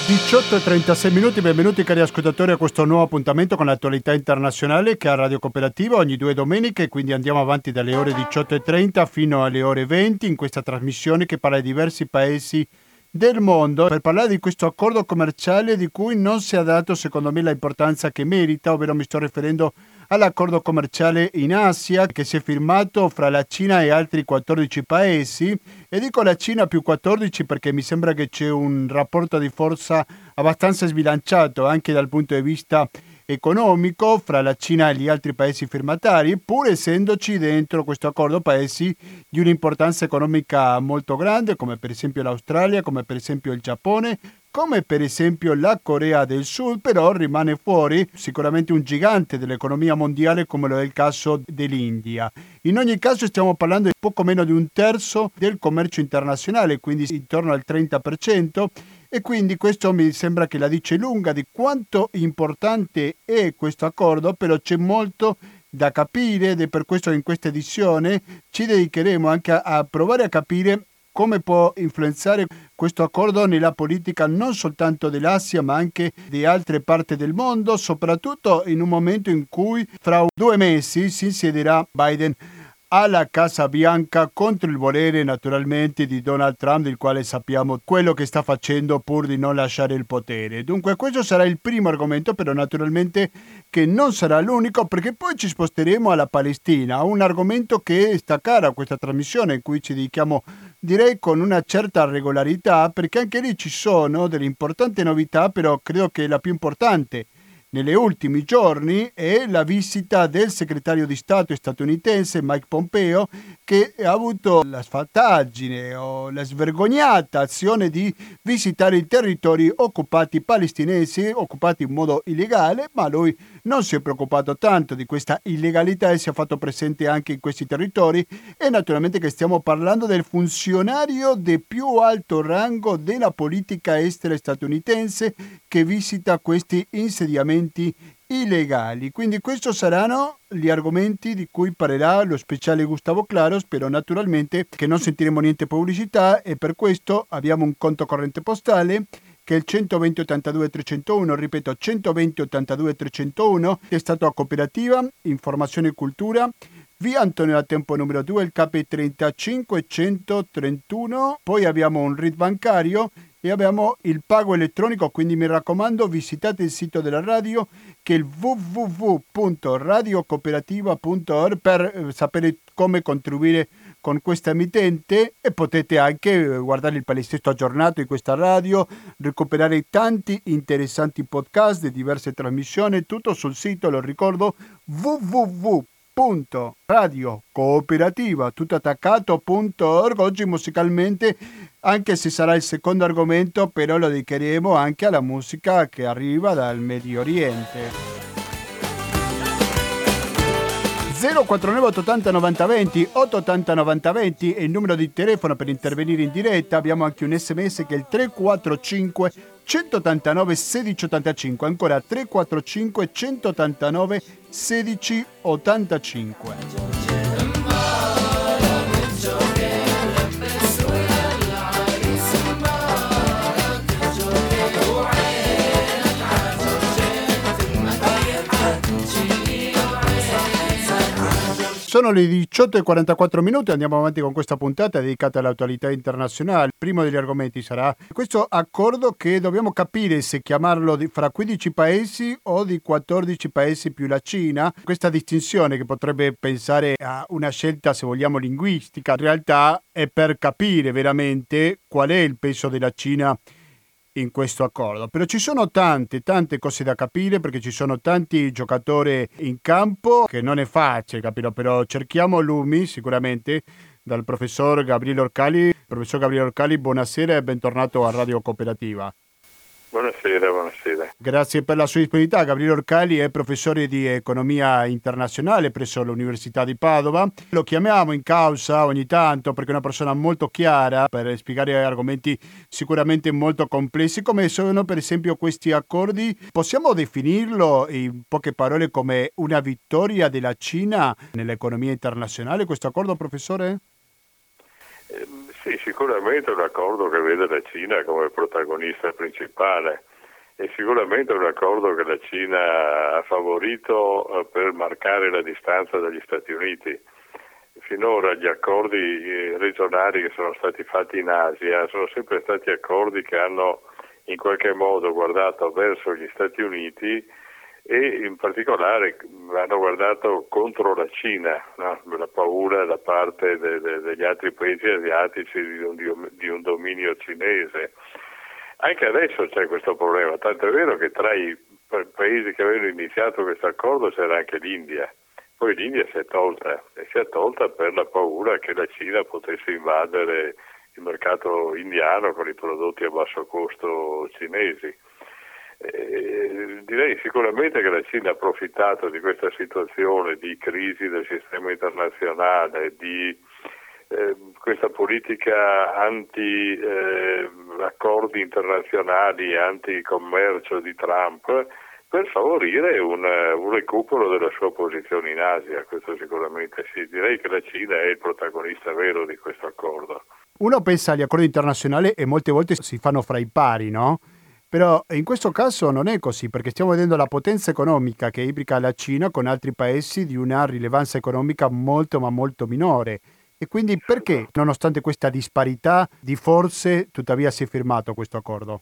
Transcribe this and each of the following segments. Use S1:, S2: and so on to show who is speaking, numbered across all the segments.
S1: 18:36 minuti, benvenuti cari ascoltatori a questo nuovo appuntamento con l'attualità internazionale che ha Radio Cooperativa ogni due domeniche, quindi andiamo avanti dalle ore 18:30 fino alle ore 20 in questa trasmissione che parla di diversi paesi del mondo per parlare di questo accordo commerciale di cui non si è dato secondo me l'importanza che merita, ovvero mi sto riferendo all'accordo commerciale in Asia che si è firmato fra la Cina e altri 14 paesi, e dico la Cina più 14 perché mi sembra che c'è un rapporto di forza abbastanza sbilanciato anche dal punto di vista economico fra la Cina e gli altri paesi firmatari, pur essendoci dentro questo accordo paesi di un'importanza economica molto grande, come per esempio l'Australia, come per esempio il Giappone, come per esempio la Corea del Sud, però rimane fuori sicuramente un gigante dell'economia mondiale come lo è il caso dell'India. In ogni caso stiamo parlando di poco meno di un terzo del commercio internazionale, quindi intorno al 30%, e quindi questo mi sembra che la dice lunga di quanto importante è questo accordo, però c'è molto da capire ed è per questo che in questa edizione ci dedicheremo anche a provare a capire come può influenzare questo accordo nella politica non soltanto dell'Asia ma anche di altre parti del mondo, soprattutto in un momento in cui fra 2 mesi si insiederà Biden alla Casa Bianca contro il volere naturalmente di Donald Trump, del quale sappiamo quello che sta facendo pur di non lasciare il potere. Dunque questo sarà il primo argomento, però naturalmente che non sarà l'unico, perché poi ci sposteremo alla Palestina, un argomento che sta caro a questa trasmissione in cui ci dedichiamo direi con una certa regolarità, perché anche lì ci sono delle importanti novità, però credo che la più importante negli ultimi giorni è la visita del segretario di Stato statunitense Mike Pompeo, che ha avuto la sfattaggine o la svergognata azione di visitare i territori occupati palestinesi, occupati in modo illegale, ma lui non si è preoccupato tanto di questa illegalità e si è fatto presente anche in questi territori. E naturalmente che stiamo parlando del funzionario di più alto rango della politica estera statunitense che visita questi insediamenti illegali. Quindi questi saranno gli argomenti di cui parlerà lo speciale Gustavo Claros, però naturalmente che non sentiremo niente pubblicità, e per questo abbiamo un conto corrente postale che è il 120 82 301, ripeto 120 82 301, è stato a Cooperativa, Informazione e Cultura, via Antonio da Tempo numero 2, il KP 35131, poi abbiamo un RID bancario e abbiamo il pago elettronico, quindi mi raccomando visitate il sito della radio che è il www.radiocooperativa.org per sapere come contribuire con questa emittente, e potete anche guardare il palinsesto aggiornato di questa radio, recuperare tanti interessanti podcast di diverse trasmissioni, tutto sul sito, lo ricordo, www.radiocooperativa tuttattaccato.org. Oggi musicalmente, anche se sarà il secondo argomento, però lo dedicheremo anche alla musica che arriva dal Medio Oriente. 049 880 90 20 880 90 20 è il numero di telefono per intervenire in diretta. Abbiamo anche un sms che è il 345 189 1685, ancora 345 189 1685. Sono le 18:44 minuti, andiamo avanti con questa puntata dedicata all'attualità internazionale. Il primo degli argomenti sarà questo accordo che dobbiamo capire se chiamarlo fra 15 paesi o di 14 paesi più la Cina. Questa distinzione che potrebbe pensare a una scelta, se vogliamo, linguistica, in realtà è per capire veramente qual è il peso della Cina in questo accordo. Però ci sono tante cose da capire, perché ci sono tanti giocatori in campo che non è facile capire, però cerchiamo lumi sicuramente dal professor Gabriele Orcali. Professor Gabriele Orcali, buonasera e bentornato a Radio Cooperativa.
S2: Buonasera.
S1: Grazie per la sua disponibilità. Gabriele Orcali è professore di economia internazionale presso l'Università di Padova. Lo chiamiamo in causa ogni tanto perché è una persona molto chiara per spiegare argomenti sicuramente molto complessi, come sono per esempio questi accordi. Possiamo definirlo in poche parole come una vittoria della Cina nell'economia internazionale, questo accordo, professore?
S2: Sì, sicuramente è un accordo che vede la Cina come protagonista principale e sicuramente è un accordo che la Cina ha favorito per marcare la distanza dagli Stati Uniti. Finora gli accordi regionali che sono stati fatti in Asia sono sempre stati accordi che hanno in qualche modo guardato verso gli Stati Uniti e in particolare hanno guardato contro la Cina, no? La paura da parte degli altri paesi asiatici di un dominio cinese. Anche adesso c'è questo problema, tanto è vero che tra i paesi che avevano iniziato questo accordo c'era anche l'India. Poi l'India si è tolta per la paura che la Cina potesse invadere il mercato indiano con i prodotti a basso costo cinesi. Direi sicuramente che la Cina ha approfittato di questa situazione di crisi del sistema internazionale, di questa politica anti-accordi internazionali, anti-commercio di Trump, per favorire un recupero della sua posizione in Asia. Questo sicuramente sì. Direi che la Cina è il protagonista vero di questo accordo.
S1: Uno pensa agli accordi internazionali e molte volte si fanno fra i pari, no? Però in questo caso non è così, perché stiamo vedendo la potenza economica che implica la Cina con altri paesi di una rilevanza economica molto ma molto minore. E quindi perché,
S2: Certo.
S1: nonostante questa disparità di forze, tuttavia si è firmato questo accordo?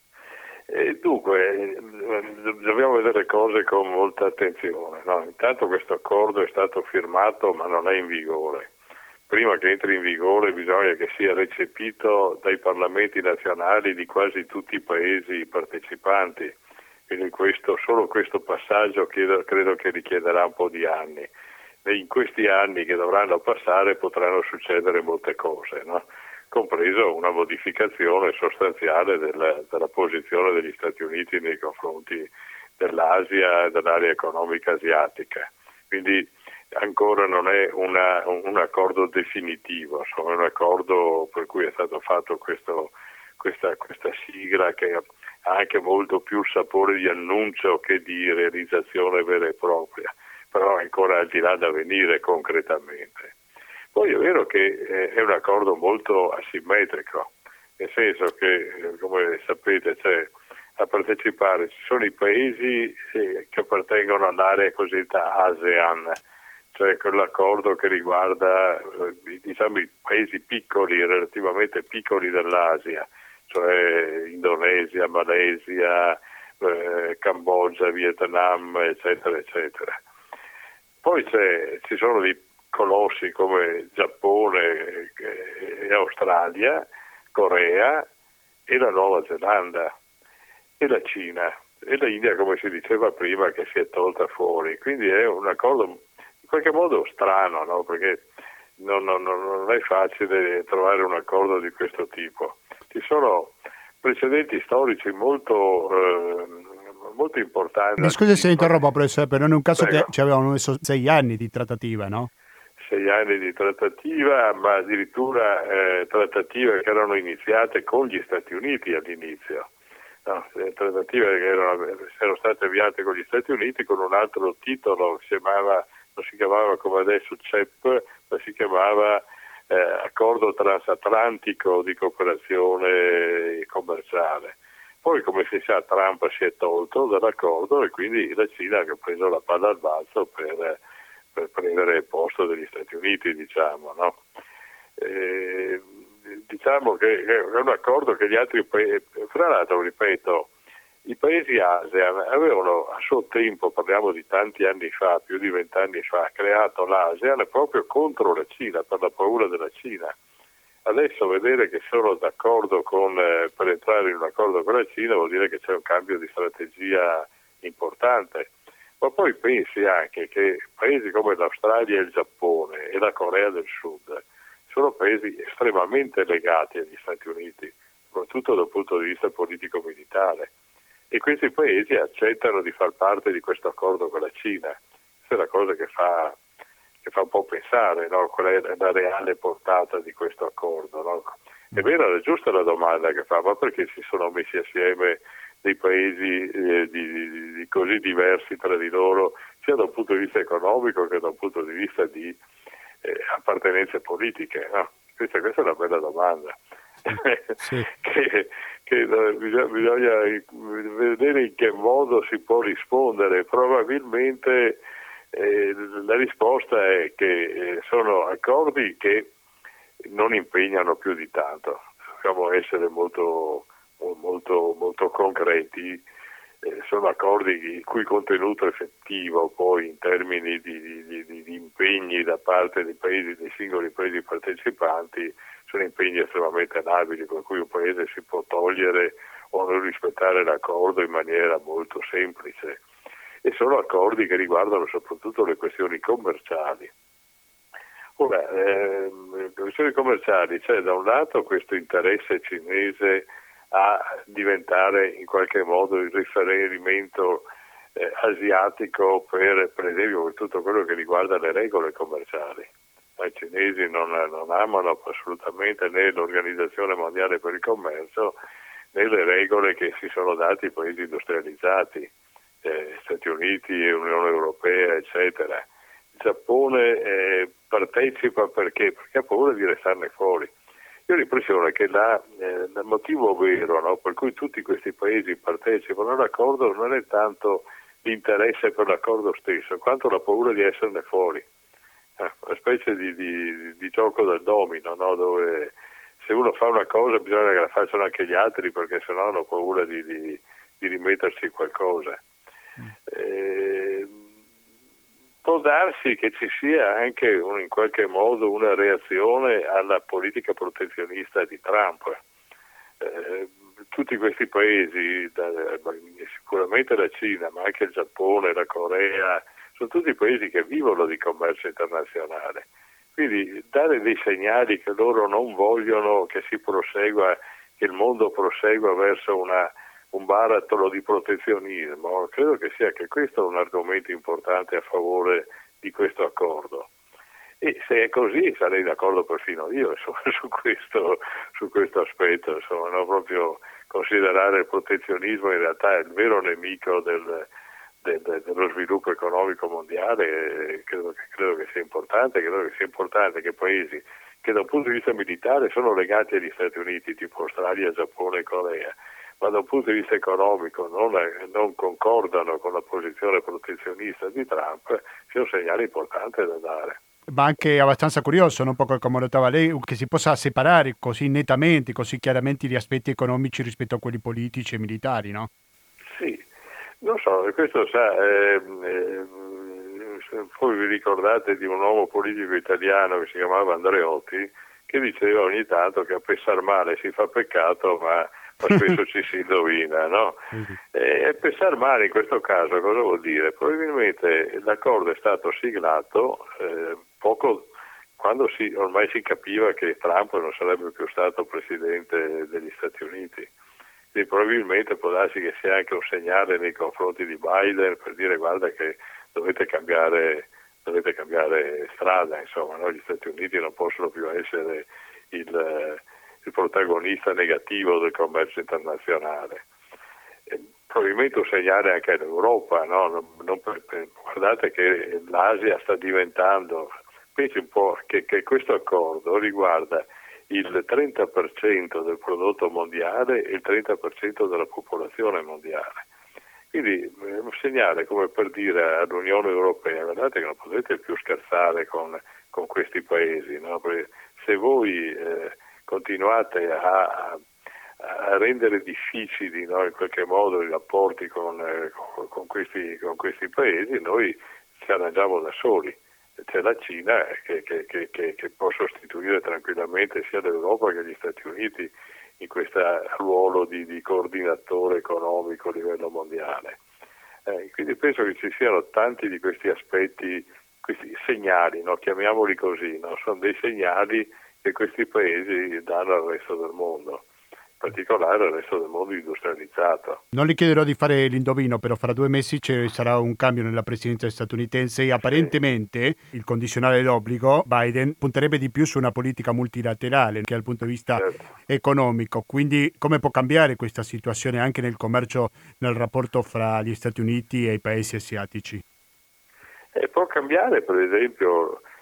S2: Dunque, dobbiamo vedere le cose con molta attenzione, no? Intanto questo accordo è stato firmato ma non è in vigore. Prima che entri in vigore bisogna che sia recepito dai parlamenti nazionali di quasi tutti i paesi partecipanti, quindi solo questo passaggio credo che richiederà un po' di anni. E in questi anni che dovranno passare potranno succedere molte cose, no? Compreso una modificazione sostanziale della posizione degli Stati Uniti nei confronti dell'Asia e dell'area economica asiatica. Quindi ancora non è un accordo definitivo, insomma, è un accordo per cui è stato fatto questa sigla che ha anche molto più il sapore di annuncio che di realizzazione vera e propria, però è ancora al di là da venire concretamente. Poi è vero che è un accordo molto asimmetrico, nel senso che, come sapete, a partecipare ci sono i paesi che appartengono all'area cosiddetta ASEAN, cioè quell'accordo che riguarda diciamo, i paesi piccoli, relativamente piccoli dell'Asia, cioè Indonesia, Malesia, Cambogia, Vietnam, eccetera, eccetera. Poi ci sono dei colossi come Giappone e Australia, Corea e la Nuova Zelanda e la Cina e l'India, come si diceva prima, che si è tolta fuori. Quindi è un accordo in qualche modo strano, no? Perché non è facile trovare un accordo di questo tipo. Ci sono precedenti storici molto importanti.
S1: Mi scusi se interrompo, professore, però in un caso che
S2: Prego.
S1: ci avevano messo 6 anni di trattativa, no?
S2: 6 anni di trattativa, ma addirittura trattative che erano iniziate con gli Stati Uniti all'inizio. No, trattative che erano state avviate con gli Stati Uniti con un altro titolo, non si chiamava come adesso CEP, ma si chiamava Accordo Transatlantico di Cooperazione Commerciale. Poi, come si sa, Trump si è tolto dall'accordo e quindi la Cina ha preso la palla al balzo per prendere il posto degli Stati Uniti, diciamo, no? Diciamo che è un accordo che gli altri paesi, fra l'altro, ripeto, i paesi ASEAN avevano a suo tempo, parliamo di tanti anni fa, più di 20 anni fa, creato l'ASEAN proprio contro la Cina, per la paura della Cina. Adesso vedere che sono d'accordo per entrare in un accordo con la Cina vuol dire che c'è un cambio di strategia importante. Ma poi pensi anche che paesi come l'Australia e il Giappone e la Corea del Sud sono paesi estremamente legati agli Stati Uniti, soprattutto dal punto di vista politico-militare. E questi paesi accettano di far parte di questo accordo con la Cina. Questa è la cosa che fa un po' pensare, no? Qual è la reale portata di questo accordo, no? È vera, è giusta la domanda che fa, ma perché si sono messi assieme dei paesi di così diversi tra di loro, sia da un punto di vista economico che da un punto di vista di appartenenze politiche, no? Questa è una bella domanda.
S1: Sì.
S2: che bisogna vedere in che modo si può rispondere. Probabilmente la risposta è che sono accordi che non impegnano più di tanto. Dobbiamo essere molto concreti. Sono accordi il cui contenuto effettivo poi in termini di impegni da parte dei singoli paesi partecipanti sono impegni estremamente labili, per cui un paese si può togliere o non rispettare l'accordo in maniera molto semplice, e sono accordi che riguardano soprattutto le questioni commerciali. Ora, le questioni commerciali, c'è da un lato questo interesse cinese a diventare in qualche modo il riferimento asiatico per esempio per tutto quello che riguarda le regole commerciali. I cinesi non amano assolutamente né l'Organizzazione Mondiale per il Commercio né le regole che si sono dati i paesi industrializzati, Stati Uniti, Unione Europea, eccetera. Il Giappone partecipa perché ha paura di restarne fuori. Io ho l'impressione che il motivo vero, no, per cui tutti questi paesi partecipano all'accordo non è tanto l'interesse per l'accordo stesso, quanto la paura di esserne fuori. Una specie di gioco del domino, no, dove se uno fa una cosa bisogna che la facciano anche gli altri, perché sennò hanno paura di rimettersi qualcosa. Può darsi che ci sia anche in qualche modo una reazione alla politica protezionista di Trump. Tutti questi paesi, sicuramente la Cina, ma anche il Giappone, la Corea, sono tutti paesi che vivono di commercio internazionale. Quindi dare dei segnali che loro non vogliono che si prosegua, che il mondo prosegua verso un baratro di protezionismo, credo che sia anche questo un argomento importante a favore di questo accordo. E se è così sarei d'accordo perfino io, insomma, su questo aspetto, insomma, no? Proprio considerare il protezionismo in realtà il vero nemico dello sviluppo economico mondiale. Credo che sia importante, che paesi che da un punto di vista militare sono legati agli Stati Uniti, tipo Australia, Giappone e Corea, ma da un punto di vista economico non concordano con la posizione protezionista di Trump, sia un segnale importante da dare.
S1: Ma anche abbastanza curioso, un po' come notava lei, che si possa separare così nettamente, così chiaramente gli aspetti economici rispetto a quelli politici e militari, no?
S2: Sì, non so, questo voi vi ricordate di un uomo politico italiano che si chiamava Andreotti, che diceva ogni tanto che a pensare male si fa peccato, ma spesso ci si indovina, no? E pensare male in questo caso cosa vuol dire? Probabilmente l'accordo è stato siglato poco quando ormai si capiva che Trump non sarebbe più stato presidente degli Stati Uniti. Quindi probabilmente può darsi che sia anche un segnale nei confronti di Biden per dire guarda che dovete cambiare strada, insomma, no? Gli Stati Uniti non possono più essere il protagonista negativo del commercio internazionale. Probabilmente un segnale anche all'Europa, no? Guardate che l'Asia sta diventando, pensi un po' che questo accordo riguarda il 30% del prodotto mondiale e il 30% della popolazione mondiale. Quindi è un segnale come per dire all'Unione Europea, guardate che non potete più scherzare con questi paesi, no? Perché se voi continuate a rendere difficili, no, in qualche modo i rapporti con questi paesi, noi ci arrangiamo da soli. C'è la Cina che può sostituire tranquillamente sia l'Europa che gli Stati Uniti in questo ruolo di coordinatore economico a livello mondiale. Quindi penso che ci siano tanti di questi aspetti, questi segnali, no, chiamiamoli così, no, sono dei segnali che questi paesi danno al resto del mondo, in particolare al resto del mondo industrializzato.
S1: Non le chiederò di fare l'indovino, però fra 2 mesi ci sarà un cambio nella presidenza statunitense e apparentemente il condizionale d'obbligo Biden punterebbe di più su una politica multilaterale che dal punto di vista economico. Quindi come può cambiare questa situazione anche nel commercio, nel rapporto fra gli Stati Uniti e i paesi asiatici?
S2: Può cambiare, per esempio,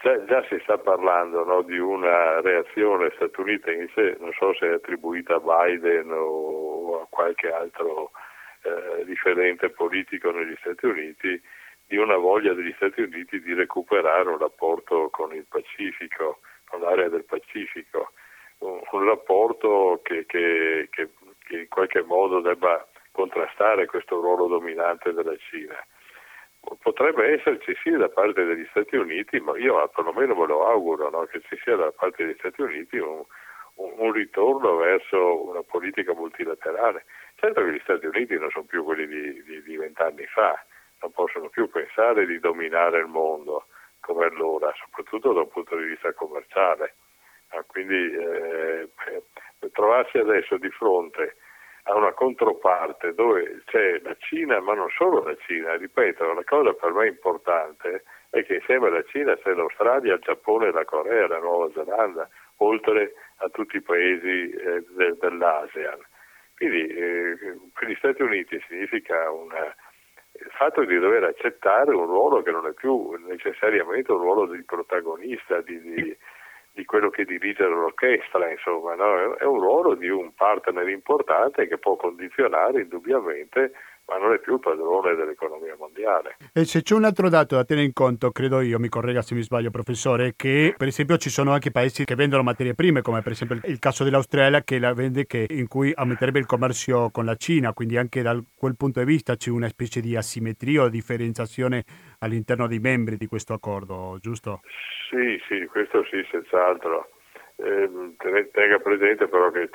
S2: già si sta parlando, no, di una reazione statunitense, non so se è attribuita a Biden o a qualche altro riferente politico negli Stati Uniti, di una voglia degli Stati Uniti di recuperare un rapporto con il Pacifico, con l'area del Pacifico, un rapporto che in qualche modo debba contrastare questo ruolo dominante della Cina. Potrebbe esserci sì da parte degli Stati Uniti, ma io perlomeno me lo auguro, no, che ci sia da parte degli Stati Uniti un ritorno verso una politica multilaterale. Certo che gli Stati Uniti non sono più quelli di 20 anni fa, non possono più pensare di dominare il mondo come allora, soprattutto da un punto di vista commerciale. Quindi trovarsi adesso di fronte a una controparte dove c'è la Cina, ma non solo la Cina, ripeto, la cosa per me importante è che insieme alla Cina c'è l'Australia, il Giappone, la Corea, la Nuova Zelanda, oltre a tutti i paesi dell'ASEAN. Quindi per gli Stati Uniti significa il fatto di dover accettare un ruolo che non è più necessariamente un ruolo di protagonista, di quello che dirige l'orchestra, insomma, no? È un ruolo di un partner importante che può condizionare indubbiamente, ma non è più il padrone dell'economia mondiale.
S1: E se c'è un altro dato da tenere in conto, credo io, mi corregga se mi sbaglio professore, che per esempio ci sono anche paesi che vendono materie prime, come per esempio il caso dell'Australia che la vende, in cui aumenterebbe il commercio con la Cina, quindi anche da quel punto di vista c'è una specie di asimmetria o differenziazione all'interno dei membri di questo accordo, giusto?
S2: Sì, questo sì, senz'altro. Tenga presente però che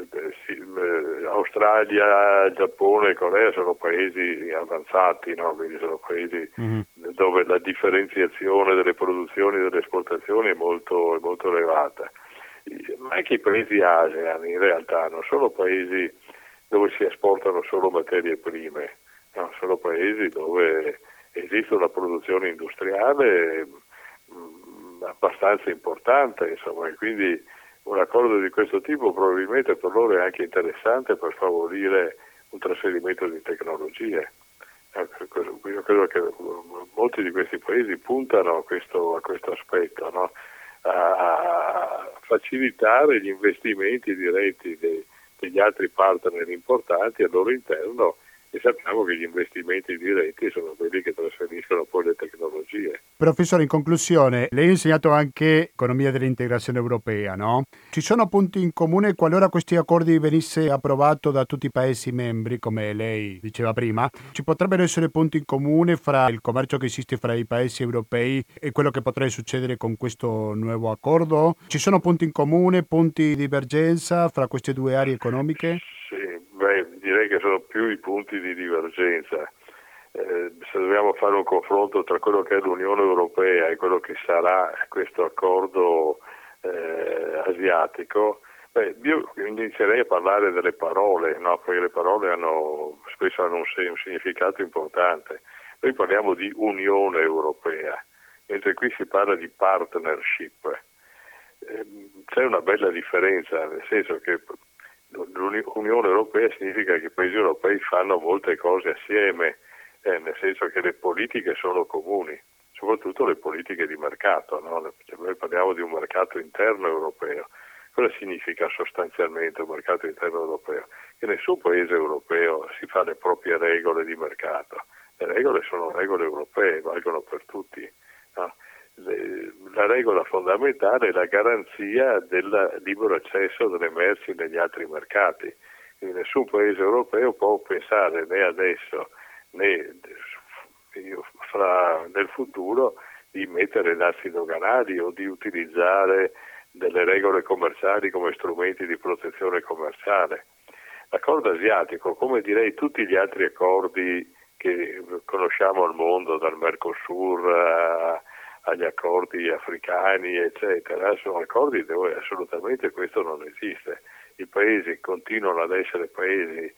S2: Australia, Giappone e Corea sono paesi avanzati, no? Quindi sono paesi dove la differenziazione delle produzioni e delle esportazioni è molto elevata. Ma anche i paesi ASEAN in realtà non sono paesi dove si esportano solo materie prime, no? Sono paesi dove esiste una produzione industriale abbastanza importante, insomma, e quindi un accordo di questo tipo probabilmente per loro è anche interessante per favorire un trasferimento di tecnologie. Io credo che molti di questi paesi puntano a questo aspetto, no? A facilitare gli investimenti diretti degli altri partner importanti al loro interno, e sappiamo che gli investimenti diretti sono quelli che trasferiscono poi le tecnologie.
S1: Professore, in conclusione, lei ha insegnato anche economia dell'integrazione europea, no? Ci sono punti in comune qualora questi accordi venisse approvato da tutti i Paesi membri, come lei diceva prima? Ci potrebbero essere punti in comune fra il commercio che esiste fra i Paesi europei e quello che potrebbe succedere con questo nuovo accordo? Ci sono punti in comune, punti di divergenza fra queste due aree economiche?
S2: Direi che sono più i punti di divergenza. Se dobbiamo fare un confronto tra quello che è l'Unione Europea e quello che sarà questo accordo asiatico, io inizierei a parlare delle parole, no? Perché le parole spesso hanno un significato importante. Noi parliamo di Unione Europea, mentre qui si parla di partnership. C'è una bella differenza, nel senso che l'Unione Europea significa che i paesi europei fanno molte cose assieme, nel senso che le politiche sono comuni, soprattutto le politiche di mercato, no? Noi parliamo di un mercato interno europeo. Cosa significa sostanzialmente un mercato interno europeo? Che nessun paese europeo si fa le proprie regole di mercato. Le regole sono regole europee, valgono per tutti, no? La regola fondamentale è la garanzia del libero accesso delle merci negli altri mercati. Quindi nessun paese europeo può pensare né adesso né nel futuro di mettere dazi doganali o di utilizzare delle regole commerciali come strumenti di protezione commerciale. L'accordo asiatico, come direi tutti gli altri accordi che conosciamo al mondo, dal Mercosur agli accordi africani, eccetera, sono accordi dove assolutamente questo non esiste. I paesi continuano ad essere paesi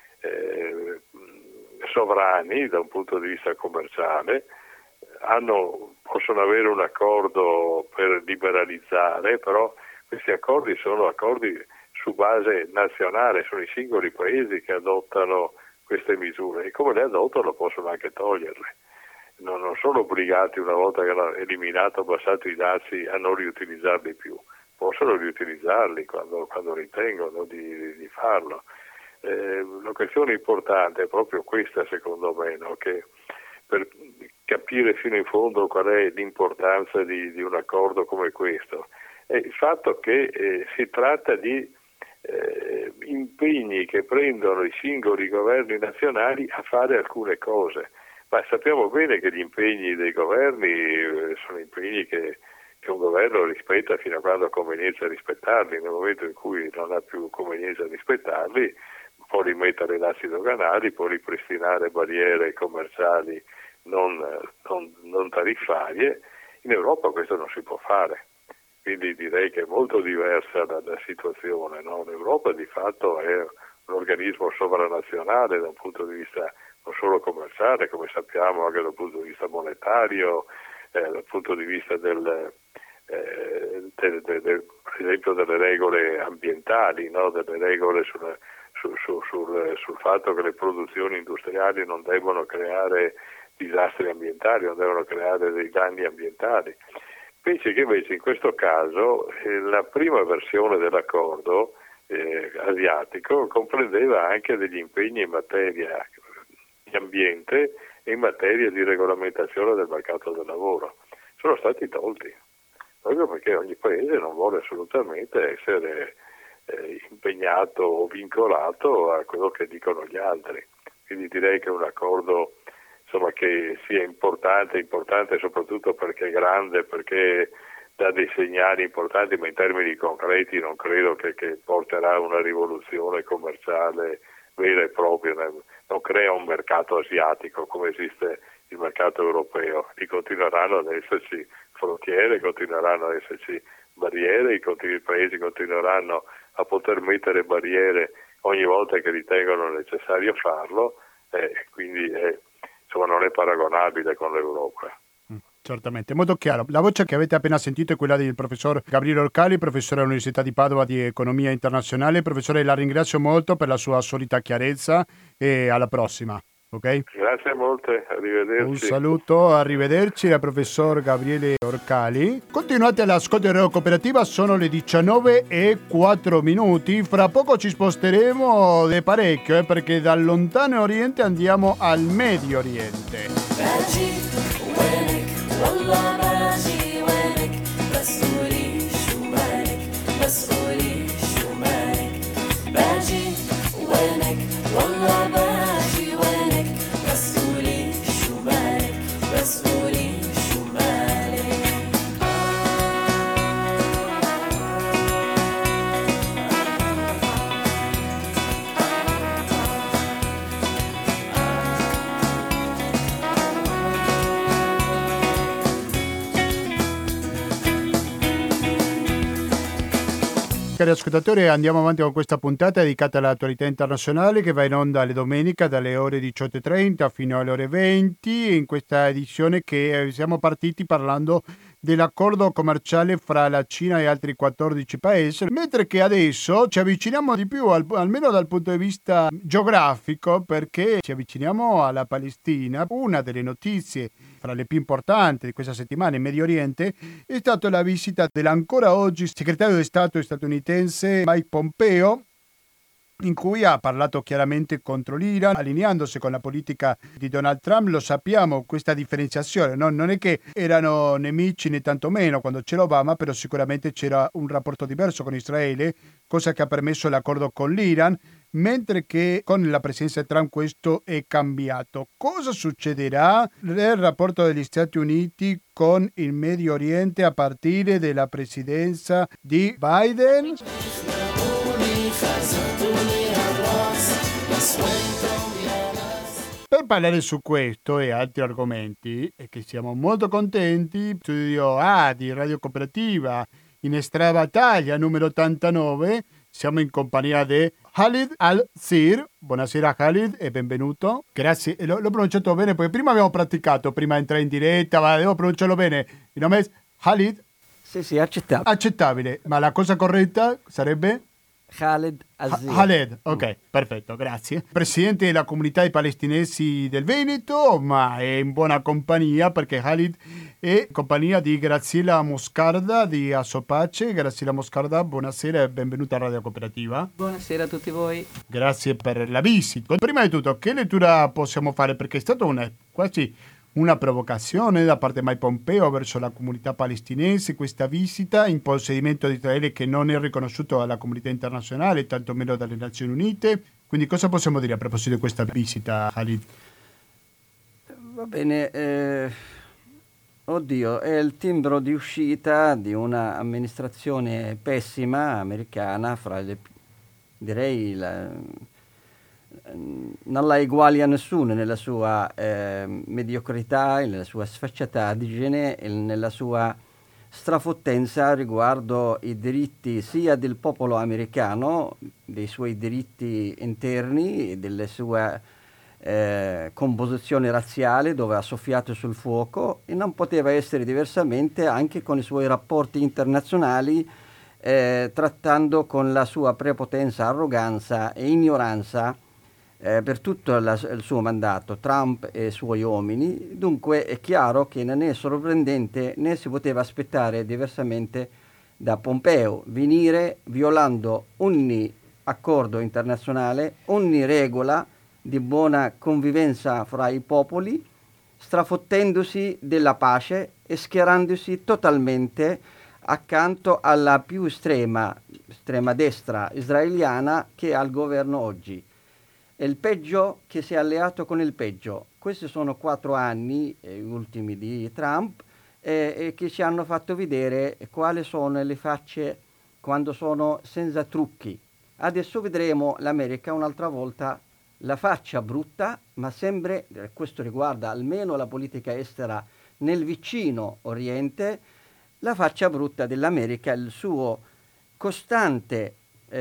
S2: sovrani da un punto di vista commerciale, possono avere un accordo per liberalizzare, però questi accordi sono accordi su base nazionale, sono i singoli paesi che adottano queste misure e come le adottano possono anche toglierle. non sono obbligati, una volta che hanno eliminato, abbassato i dazi, a non riutilizzarli più. Possono riutilizzarli quando ritengono di farlo. La questione importante è proprio questa, secondo me, no? Che per capire fino in fondo qual è l'importanza di un accordo come questo è il fatto che si tratta di impegni che prendono i singoli governi nazionali a fare alcune cose, ma sappiamo bene che gli impegni dei governi sono impegni che un governo rispetta fino a quando ha convenienza a rispettarli. Nel momento in cui non ha più convenienza a rispettarli può rimettere dazi doganali, può ripristinare barriere commerciali non tariffarie. In Europa questo non si può fare. Quindi direi che è molto diversa la situazione, no? L'Europa di fatto è un organismo sovranazionale da un punto di vista non solo commerciale, come sappiamo, anche dal punto di vista monetario, dal punto di vista per esempio delle regole ambientali, no? Delle regole sul fatto che le produzioni industriali non devono creare disastri ambientali, non devono creare dei danni ambientali. Pensi che invece in questo caso la prima versione dell'accordo asiatico comprendeva anche degli impegni in materia di ambiente e in materia di regolamentazione del mercato del lavoro. Sono stati tolti, proprio perché ogni paese non vuole assolutamente essere impegnato o vincolato a quello che dicono gli altri. Quindi direi che un accordo che sia importante soprattutto perché è grande, perché dà dei segnali importanti, ma in termini concreti non credo che porterà a una rivoluzione commerciale vera e propria, non crea un mercato asiatico come esiste il mercato europeo. Lì continueranno ad esserci frontiere, continueranno ad esserci barriere, i paesi continueranno a poter mettere barriere ogni volta che ritengono necessario farlo, quindi non è paragonabile con l'Europa.
S1: Certamente, molto chiaro. La voce che avete appena sentito è quella del professor Gabriele Orcali, professore all'Università di Padova di Economia Internazionale. Professore, la ringrazio molto per la sua solita chiarezza e alla prossima. Okay?
S2: Grazie molte, arrivederci.
S1: Un saluto, arrivederci dal professor Gabriele Orcali. Continuate all'ascolto di Radio Cooperativa, sono le 19:04. Fra poco ci sposteremo di parecchio, perché dal lontano Oriente andiamo al Medio Oriente. Cari ascoltatori, andiamo avanti con questa puntata dedicata all'attualità internazionale che va in onda le domeniche dalle ore 18:30 fino alle ore 20. In questa edizione che siamo partiti parlando dell'accordo commerciale fra la Cina e altri 14 paesi, mentre che adesso ci avviciniamo di più, almeno dal punto di vista geografico, perché ci avviciniamo alla Palestina. Una delle notizie fra le più importanti di questa settimana in Medio Oriente è stata la visita dell'ancora oggi segretario di Stato statunitense Mike Pompeo, in cui ha parlato chiaramente contro l'Iran, allineandosi con la politica di Donald Trump. Lo sappiamo, questa differenziazione, no? Non è che erano nemici né tantomeno quando c'era Obama, però sicuramente c'era un rapporto diverso con Israele, cosa che ha permesso l'accordo con l'Iran, mentre che con la presenza di Trump questo è cambiato. Cosa succederà nel rapporto degli Stati Uniti con il Medio Oriente a partire dalla presidenza di Biden? Per parlare su questo e altri argomenti, e che siamo molto contenti, studio A di Radio Cooperativa in Estrada Battaglia numero 89, siamo in compagnia di Khalid Al-Sir. Buonasera Khalid e benvenuto. Grazie, l'ho pronunciato bene perché prima abbiamo praticato, prima di entrare in diretta, ma devo pronunciarlo bene. Il nome è Khalid?
S3: Sì, accettabile.
S1: Accettabile, ma la cosa corretta sarebbe?
S3: Khaled Aziz.
S1: Khaled, ok, perfetto, grazie. Presidente della comunità dei palestinesi del Veneto, ma è in buona compagnia perché Khaled è in compagnia di Graziella Moscarda di Assopace. Graziella Moscarda, buonasera e benvenuta a Radio Cooperativa.
S3: Buonasera a tutti voi.
S1: Grazie per la visita. Prima di tutto, che lettura possiamo fare? Perché è stata quasi una provocazione da parte di Mike Pompeo verso la comunità palestinese, questa visita in possedimento di Israele che non è riconosciuto dalla comunità internazionale, tantomeno dalle Nazioni Unite. Quindi cosa possiamo dire a proposito di questa visita, Khalid?
S3: Va bene, oddio, è il timbro di uscita di una amministrazione pessima americana, direi non la eguali a nessuno nella sua mediocrità, nella sua sfacciataggine e nella sua strafottenza riguardo i diritti sia del popolo americano, dei suoi diritti interni e delle sue composizione razziale, dove ha soffiato sul fuoco, e non poteva essere diversamente anche con i suoi rapporti internazionali, trattando con la sua prepotenza, arroganza e ignoranza per tutto il suo mandato, Trump e i suoi uomini. Dunque è chiaro che non è sorprendente né si poteva aspettare diversamente da Pompeo venire violando ogni accordo internazionale, ogni regola di buona convivenza fra i popoli, strafottendosi della pace e schierandosi totalmente accanto alla più estrema destra israeliana che è al governo oggi. È il peggio che si è alleato con il peggio. Questi sono 4 anni, ultimi di Trump, che ci hanno fatto vedere quali sono le facce quando sono senza trucchi. Adesso vedremo l'America un'altra volta la faccia brutta, ma sempre, questo riguarda almeno la politica estera nel vicino Oriente, la faccia brutta dell'America, il suo costante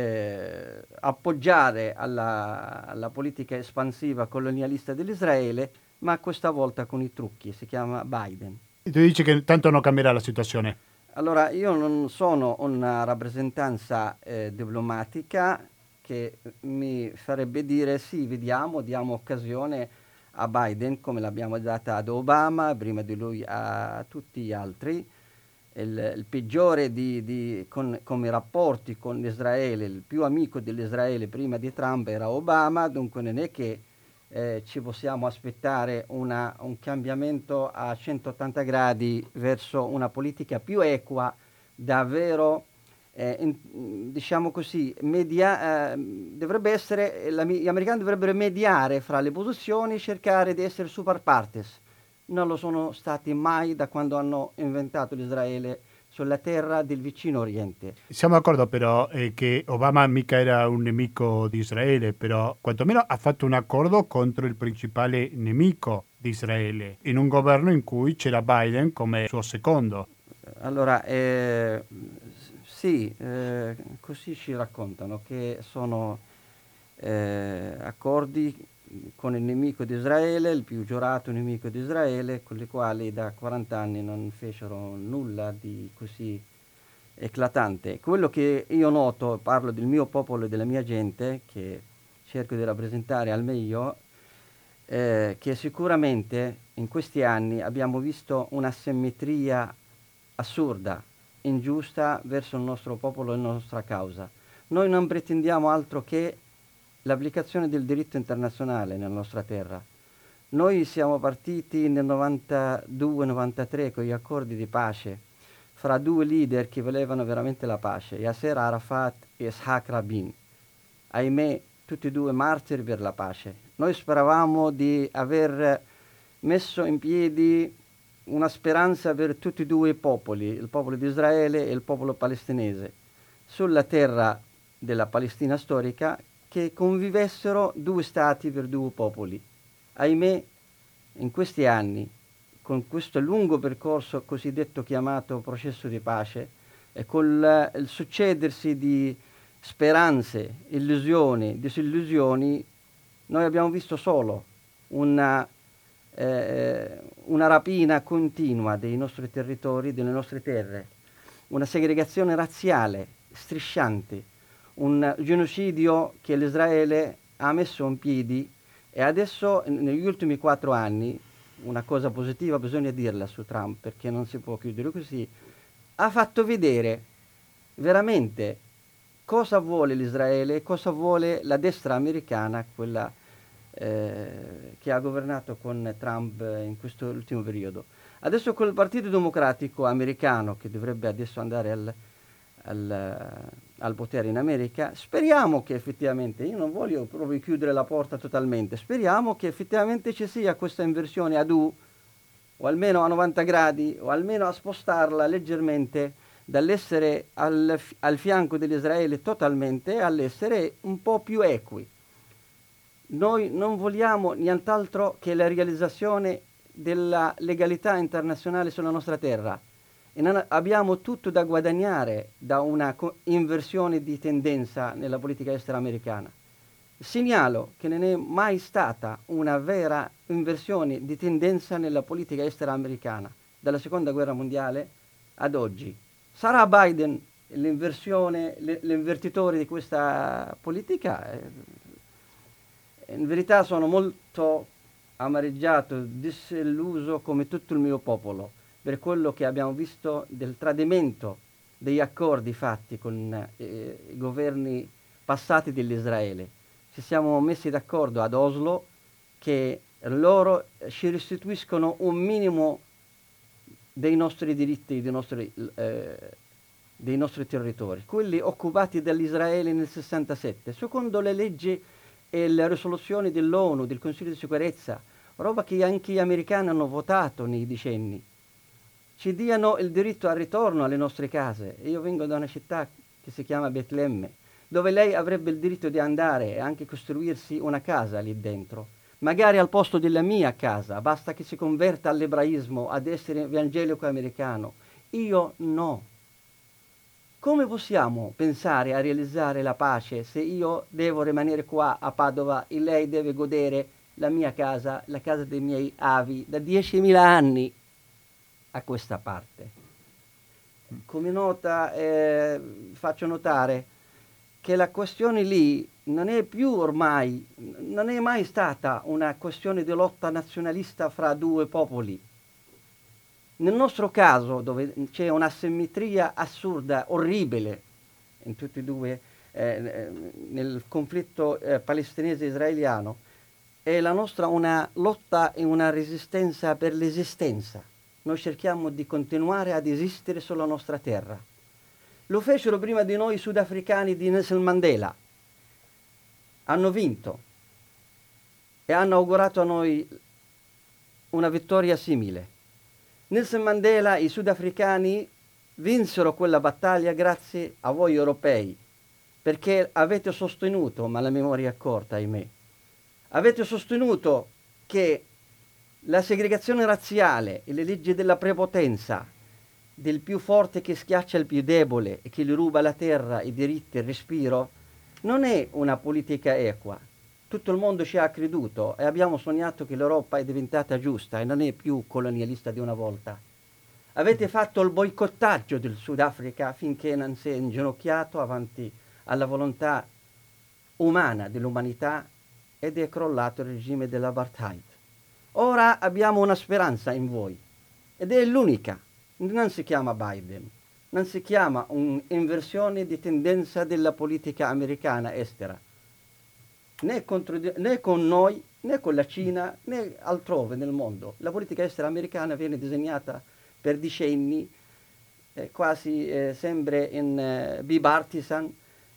S3: appoggiare alla politica espansiva colonialista dell'Israele, ma questa volta con i trucchi. Si chiama Biden.
S1: Tu dici che tanto non cambierà la situazione?
S3: Allora, io non sono una rappresentanza diplomatica che mi farebbe dire sì, vediamo, diamo occasione a Biden come l'abbiamo data ad Obama, prima di lui a tutti gli altri. Il peggiore come rapporti con Israele, il più amico dell'Israele prima di Trump era Obama, dunque non è che ci possiamo aspettare un cambiamento a 180 gradi verso una politica più equa, davvero, diciamo così, dovrebbe essere, gli americani dovrebbero mediare fra le posizioni, cercare di essere super partes. Non lo sono stati mai da quando hanno inventato l'Israele sulla terra del vicino Oriente.
S1: Siamo d'accordo però che Obama mica era un nemico di Israele, però quantomeno ha fatto un accordo contro il principale nemico di Israele, in un governo in cui c'era Biden come suo secondo.
S3: Allora, sì, così ci raccontano che sono accordi con il nemico di Israele, il più giurato nemico di Israele, con i quali da 40 anni non fecero nulla di così eclatante. Quello che io noto, parlo del mio popolo e della mia gente, che cerco di rappresentare al meglio, che sicuramente in questi anni abbiamo visto un'asimmetria assurda, ingiusta verso il nostro popolo e la nostra causa. Noi non pretendiamo altro che l'applicazione del diritto internazionale nella nostra terra. Noi siamo partiti nel 92-93 con gli accordi di pace fra 2 leader che volevano veramente la pace, Yasser Arafat e Ishaq Rabin. Ahimè, tutti e 2 martiri per la pace. Noi speravamo di aver messo in piedi una speranza per tutti e 2 i popoli, il popolo di Israele e il popolo palestinese, sulla terra della Palestina storica, che convivessero 2 stati per 2 popoli. Ahimè, in questi anni, con questo lungo percorso cosiddetto chiamato processo di pace, e con il succedersi di speranze, illusioni, disillusioni, noi abbiamo visto solo una rapina continua dei nostri territori, delle nostre terre, una segregazione razziale strisciante, un genocidio che l'Israele ha messo in piedi, e adesso negli ultimi 4 anni, una cosa positiva bisogna dirla su Trump perché non si può chiudere così, ha fatto vedere veramente cosa vuole l'Israele, cosa vuole la destra americana, quella che ha governato con Trump in questo ultimo periodo. Adesso col Partito Democratico americano, che dovrebbe adesso andare al potere in America, speriamo che effettivamente, io non voglio proprio chiudere la porta totalmente, speriamo che effettivamente ci sia questa inversione ad U, o almeno a 90 gradi, o almeno a spostarla leggermente dall'essere al fianco dell'Israele totalmente all'essere un po' più equi. Noi non vogliamo nient'altro che la realizzazione della legalità internazionale sulla nostra terra e abbiamo tutto da guadagnare da una inversione di tendenza nella politica estera americana. Segnalo che non è mai stata una vera inversione di tendenza nella politica estera americana dalla seconda guerra mondiale ad oggi. Sarà Biden l'invertitore di questa politica? In verità sono molto amareggiato, disilluso come tutto il mio popolo per quello che abbiamo visto del tradimento degli accordi fatti con i governi passati dell'Israele. Ci siamo messi d'accordo ad Oslo che loro ci restituiscono un minimo dei nostri diritti, dei nostri territori, quelli occupati dall'Israele nel 67, secondo le leggi e le risoluzioni dell'ONU, del Consiglio di sicurezza, roba che anche gli americani hanno votato nei decenni. Ci diano il diritto al ritorno alle nostre case. Io vengo da una città che si chiama Betlemme, dove lei avrebbe il diritto di andare e anche costruirsi una casa lì dentro, magari al posto della mia casa, basta che si converta all'ebraismo, ad essere evangelico americano. Io no. Come possiamo pensare a realizzare la pace se io devo rimanere qua a Padova e lei deve godere la mia casa, la casa dei miei avi, da 10.000 anni a questa parte? Come nota faccio notare che la questione lì non è più ormai, non è mai stata una questione di lotta nazionalista fra due popoli. Nel nostro caso, dove c'è un'asimmetria assurda, orribile, in tutti e due, nel conflitto palestinese-israeliano, è la nostra una lotta e una resistenza per l'esistenza. Noi cerchiamo di continuare ad esistere sulla nostra terra. Lo fecero prima di noi i sudafricani di Nelson Mandela. Hanno vinto e hanno augurato a noi una vittoria simile. Nelson Mandela, i sudafricani vinsero quella battaglia grazie a voi europei, perché avete sostenuto, ma la memoria è corta, ahimè, avete sostenuto che la segregazione razziale e le leggi della prepotenza, del più forte che schiaccia il più debole e che gli ruba la terra, i diritti, il respiro, non è una politica equa. Tutto il mondo ci ha creduto e abbiamo sognato che l'Europa è diventata giusta e non è più colonialista di una volta. Avete fatto il boicottaggio del Sudafrica finché non si è inginocchiato avanti alla volontà umana dell'umanità ed è crollato il regime dell'apartheid. Ora abbiamo una speranza in voi ed è l'unica. Non si chiama Biden, non si chiama un'inversione di tendenza della politica americana estera. Né con noi, né con la Cina, né altrove nel mondo. La politica estera americana viene disegnata per decenni, quasi sempre in bipartisan,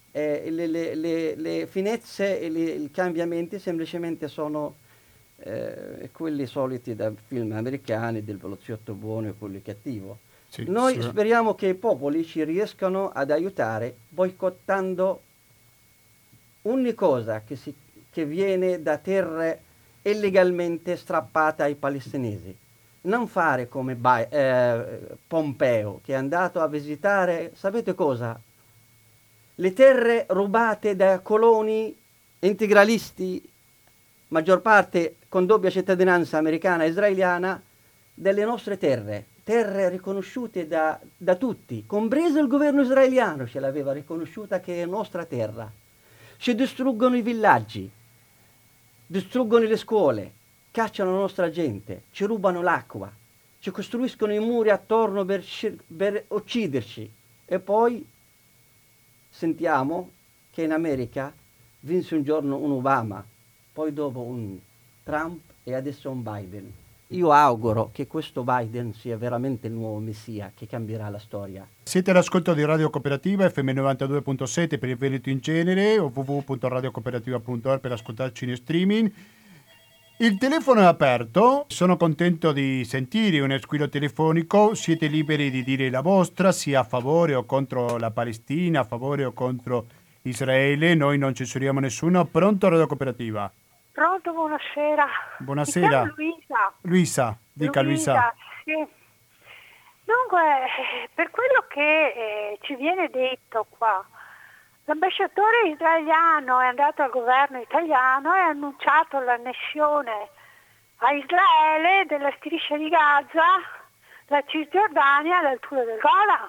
S3: le finezze e i cambiamenti semplicemente sono quelli soliti da film americani, del poliziotto buono e quello cattivo.
S1: Sì,
S3: Noi speriamo che i popoli ci riescano ad aiutare boicottando ogni cosa che viene da terre illegalmente strappate ai palestinesi. Non fare come Pompeo, che è andato a visitare, sapete cosa? Le terre rubate da coloni integralisti, maggior parte con doppia cittadinanza americana e israeliana, delle nostre terre. terre riconosciute da tutti, compreso il governo israeliano ce l'aveva riconosciuta che è nostra terra. Ci distruggono i villaggi, distruggono le scuole, cacciano la nostra gente, ci rubano l'acqua, ci costruiscono i muri attorno per ucciderci. E poi sentiamo che in America vinse un giorno un Obama, poi dopo un Trump e adesso un Biden. Io auguro che questo Biden sia veramente il nuovo messia che cambierà la storia.
S1: Siete all'ascolto di Radio Cooperativa FM 92.7 per il Veneto in genere o www.radiocooperativa.org per ascoltarci in streaming. Il telefono è aperto, sono contento di sentire un squillo telefonico, siete liberi di dire la vostra, sia a favore o contro la Palestina, a favore o contro Israele, noi non censuriamo nessuno. Pronto Radio Cooperativa?
S4: Pronto, buonasera.
S1: Buonasera.
S4: Mi chiamo Luisa.
S1: Luisa, dica Luisa.
S4: Sì. Dunque, per quello che ci viene detto qua, l'ambasciatore israeliano è andato al governo italiano e ha annunciato l'annessione a Israele della striscia di Gaza, la Cisgiordania e l'altura del Golan.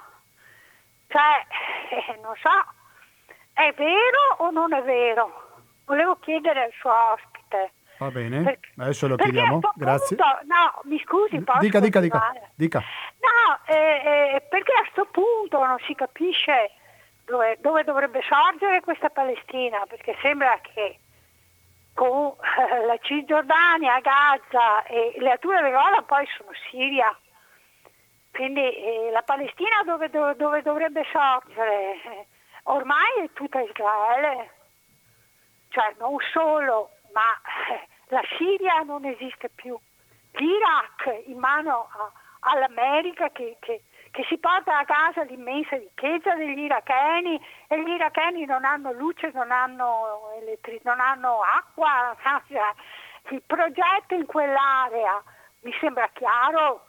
S4: Cioè, non so, è vero o non è vero? Volevo chiedere al suo ospite.
S1: Va bene, adesso lo chiediamo, grazie.
S4: No, mi scusi, posso
S1: dica.
S4: No, perché a questo punto non si capisce dove dovrebbe sorgere questa Palestina, perché sembra che con la Cisgiordania, Gaza e le alture del Golan poi sono Siria. Quindi la Palestina dove dovrebbe sorgere? Ormai è tutta Israele. Cioè non solo, ma la Siria non esiste più. L'Iraq in mano all'America che si porta a casa l'immensa ricchezza degli iracheni e gli iracheni non hanno luce, non hanno acqua. Il progetto in quell'area mi sembra chiaro,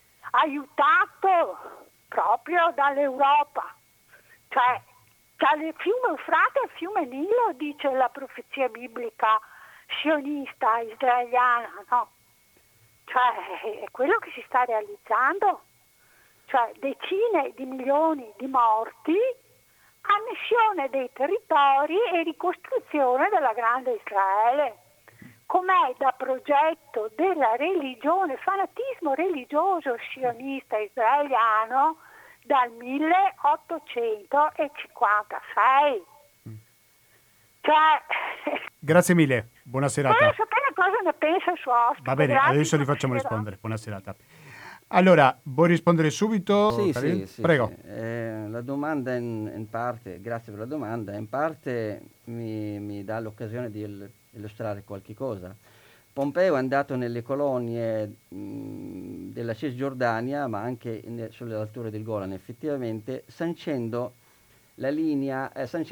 S4: aiutato proprio dall'Europa. Cioè, dal fiume Eufrate al fiume Nilo, dice la profezia biblica sionista israeliana, no? Cioè, è quello che si sta realizzando. Cioè, decine di milioni di morti, annessione dei territori e ricostruzione della grande Israele. Com'è da progetto della religione, fanatismo religioso sionista israeliano, dal 1856. Cioè,
S1: grazie mille, buona serata.
S4: Voglio sapere cosa ne pensa il suo ospite.
S1: Va bene, adesso li facciamo rispondere. Buona serata. Allora, vuoi rispondere subito?
S3: Sì,
S1: prego.
S3: Sì. La domanda in parte, grazie per la domanda, in parte mi dà l'occasione di illustrare qualche cosa. Pompeo è andato nelle colonie della Cisgiordania, ma anche sulle alture del Golan, effettivamente, sancendo la linea,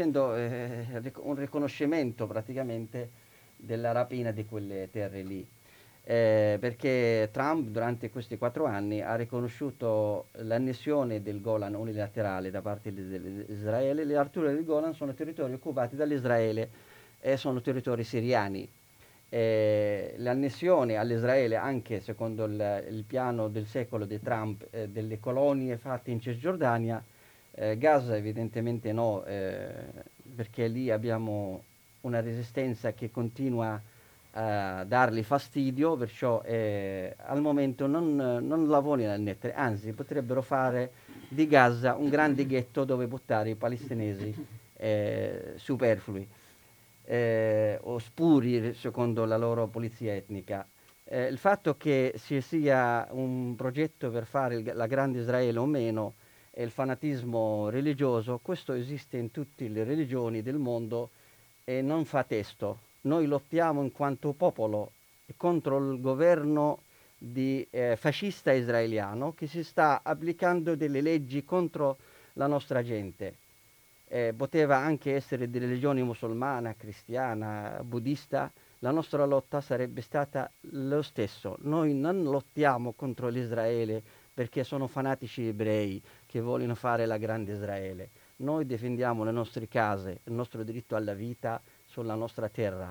S3: un riconoscimento praticamente della rapina di quelle terre lì. Perché Trump durante questi 4 anni ha riconosciuto l'annessione del Golan unilaterale da parte di Israele. Le alture del Golan sono territori occupati dall'Israele e sono territori siriani. L'annessione all'Israele, anche secondo il piano del secolo di Trump, delle colonie fatte in Cisgiordania, Gaza evidentemente no, perché lì abbiamo una resistenza che continua a dargli fastidio, perciò al momento non la vogliono annettere, anzi potrebbero fare di Gaza un grande ghetto dove buttare i palestinesi superflui. O spuri secondo la loro polizia etnica. Il fatto che ci sia un progetto per fare la grande Israele o meno e il fanatismo religioso, questo esiste in tutte le religioni del mondo e non fa testo. Noi lottiamo in quanto popolo contro il governo fascista israeliano che si sta applicando delle leggi contro la nostra gente. Poteva anche essere di religione musulmana, cristiana, buddista, la nostra lotta sarebbe stata lo stesso. Noi non lottiamo contro l'Israele perché sono fanatici ebrei che vogliono fare la grande Israele. Noi difendiamo le nostre case, il nostro diritto alla vita sulla nostra terra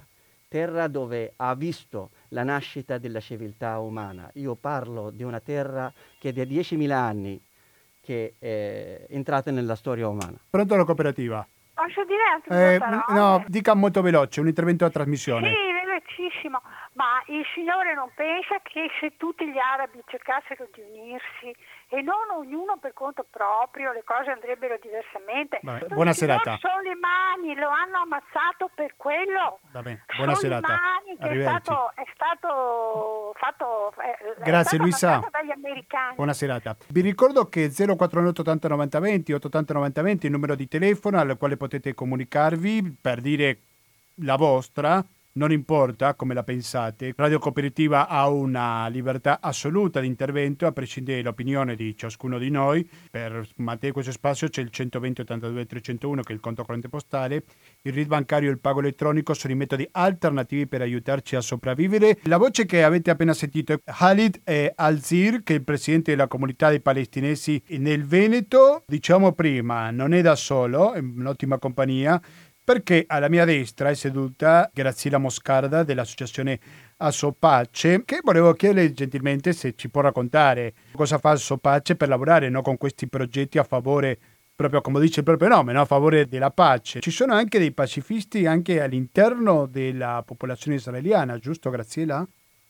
S3: terra dove ha visto la nascita della civiltà umana. Io parlo di una terra che è da 10.000 anni che è entrata nella storia umana.
S1: Pronto la cooperativa?
S4: Posso dire altre due parole?
S1: No, dica molto veloce, un intervento a trasmissione.
S4: Sì, velocissimo, ma il Signore non pensa che se tutti gli arabi cercassero di unirsi e non ognuno per conto proprio, le cose andrebbero diversamente?
S1: Vabbè, buona serata.
S4: Sono le mani, lo hanno ammazzato per quello.
S1: Vabbè, buona serata.
S4: Sono le mani che è stato fatto
S1: Grazie Luisa.
S4: dagli americani.
S1: Buona serata. Vi ricordo che 049 80 90 20 880 90 20 è il numero di telefono al quale potete comunicarvi per dire la vostra. Non importa come la pensate, Radio Cooperativa ha una libertà assoluta di intervento a prescindere dall'opinione di ciascuno di noi. Per mantenere questo spazio c'è il 120 82 301 che è il conto corrente postale, il RID bancario e il pago elettronico sono i metodi alternativi per aiutarci a sopravvivere. La voce che avete appena sentito è Khalid Al-Zir, che è il presidente della comunità dei palestinesi nel Veneto. Diciamo prima, non è da solo, è un'ottima compagnia, perché alla mia destra è seduta Graziella Moscarda dell'associazione Assopace, che volevo chiederle gentilmente se ci può raccontare cosa fa Assopace per lavorare, no, con questi progetti a favore, proprio come dice il proprio nome, no, a favore della pace. Ci sono anche dei pacifisti anche all'interno della popolazione israeliana, giusto Graziella?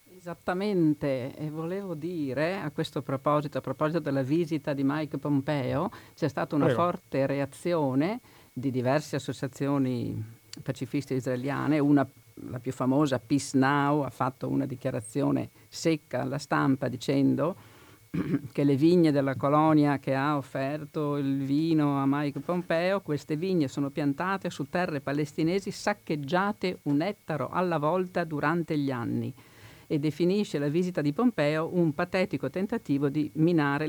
S5: Esattamente, e volevo dire a proposito della visita di Mike Pompeo, c'è stata una forte reazione di diverse associazioni pacifiste israeliane. La più famosa, Peace Now, ha fatto una dichiarazione secca alla stampa dicendo che le vigne della colonia che ha offerto il vino a Mike Pompeo, queste vigne sono piantate su terre palestinesi saccheggiate 1 ettaro alla volta durante gli anni, e definisce la visita di Pompeo un patetico tentativo di minare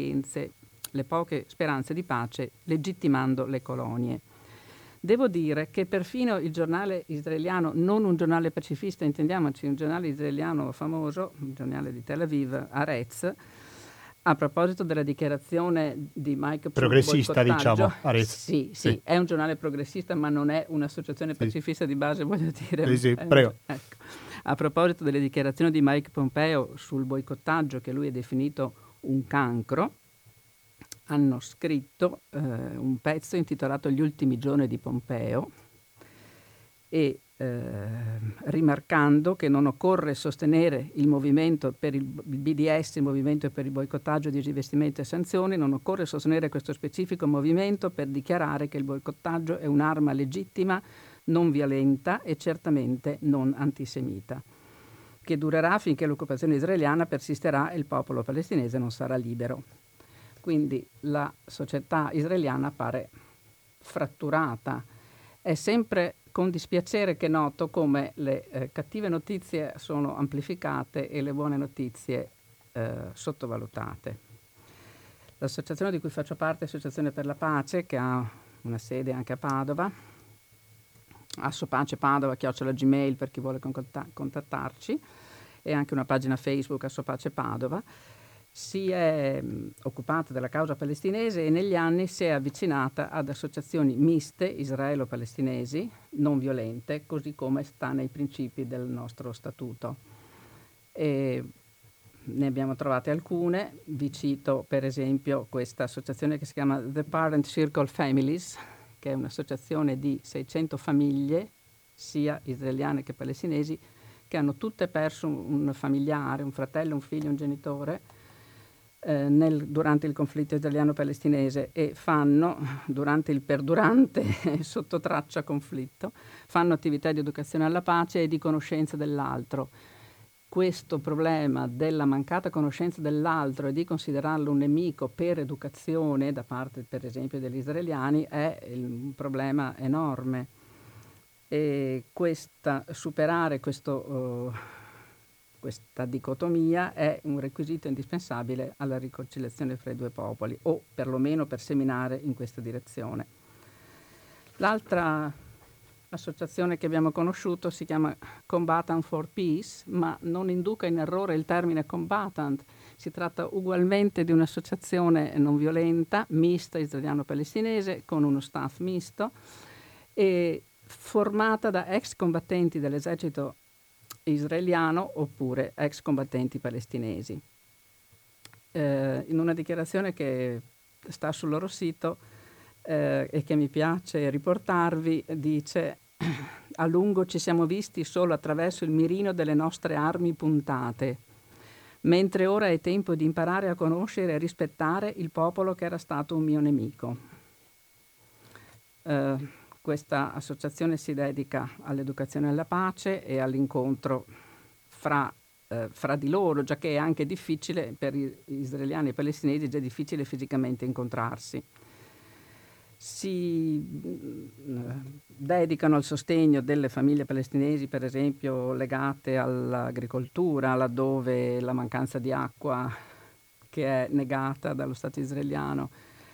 S5: le poche speranze di pace, legittimando le colonie. Devo dire che perfino il giornale israeliano, non un giornale pacifista, intendiamoci, un giornale israeliano famoso, un giornale di Tel Aviv, Haaretz, a proposito della dichiarazione di Mike
S1: progressista, diciamo, Haaretz.
S5: Sì, è un giornale progressista, ma non è un'associazione pacifista di base, voglio dire.
S1: Sì, prego.
S5: Ecco. A proposito delle dichiarazioni di Mike Pompeo sul boicottaggio, che lui ha definito un cancro, hanno scritto un pezzo intitolato Gli ultimi giorni di Pompeo, e rimarcando che non occorre sostenere il movimento per il BDS, il movimento per il boicottaggio, disinvestimento e sanzioni, non occorre sostenere questo specifico movimento per dichiarare che il boicottaggio è un'arma legittima, non violenta e certamente non antisemita, che durerà finché l'occupazione israeliana persisterà e il popolo palestinese non sarà libero. Quindi la società israeliana pare fratturata. È sempre con dispiacere che noto come le cattive notizie sono amplificate e le buone notizie sottovalutate. L'associazione di cui faccio parte, Associazione per la Pace, che ha una sede anche a Padova, Assopace Padova, @gmail per chi vuole contattarci, e anche una pagina Facebook Assopace Padova, si è occupata della causa palestinese e negli anni si è avvicinata ad associazioni miste israelo-palestinesi non violente, così come sta nei principi del nostro statuto. E ne abbiamo trovate alcune. Vi cito per esempio questa associazione che si chiama The Parent Circle Families, che è un'associazione di 600 famiglie, sia israeliane che palestinesi, che hanno tutte perso un familiare, un fratello, un figlio, un genitore durante il conflitto israeliano-palestinese, e fanno, durante il perdurante sotto traccia conflitto, fanno attività di educazione alla pace e di conoscenza dell'altro. Questo problema della mancata conoscenza dell'altro e di considerarlo un nemico per educazione da parte, per esempio, degli israeliani è un problema enorme. E superare questa dicotomia è un requisito indispensabile alla riconciliazione fra i due popoli, o perlomeno per seminare in questa direzione. L'altra associazione che abbiamo conosciuto si chiama Combatant for Peace, ma non induca in errore il termine combatant. Si tratta ugualmente di un'associazione non violenta, mista israeliano-palestinese, con uno staff misto, e formata da ex combattenti dell'esercito israeliano oppure ex combattenti palestinesi. In una dichiarazione che sta sul loro sito e che mi piace riportarvi, dice: a lungo ci siamo visti solo attraverso il mirino delle nostre armi puntate, mentre ora è tempo di imparare a conoscere e rispettare il popolo che era stato un mio nemico. Questa associazione si dedica all'educazione alla pace e all'incontro fra di loro, già che è anche difficile per gli israeliani e i palestinesi, è già difficile fisicamente incontrarsi. Si dedicano al sostegno delle famiglie palestinesi, per esempio legate all'agricoltura, laddove la mancanza di acqua, che è negata dallo Stato israeliano,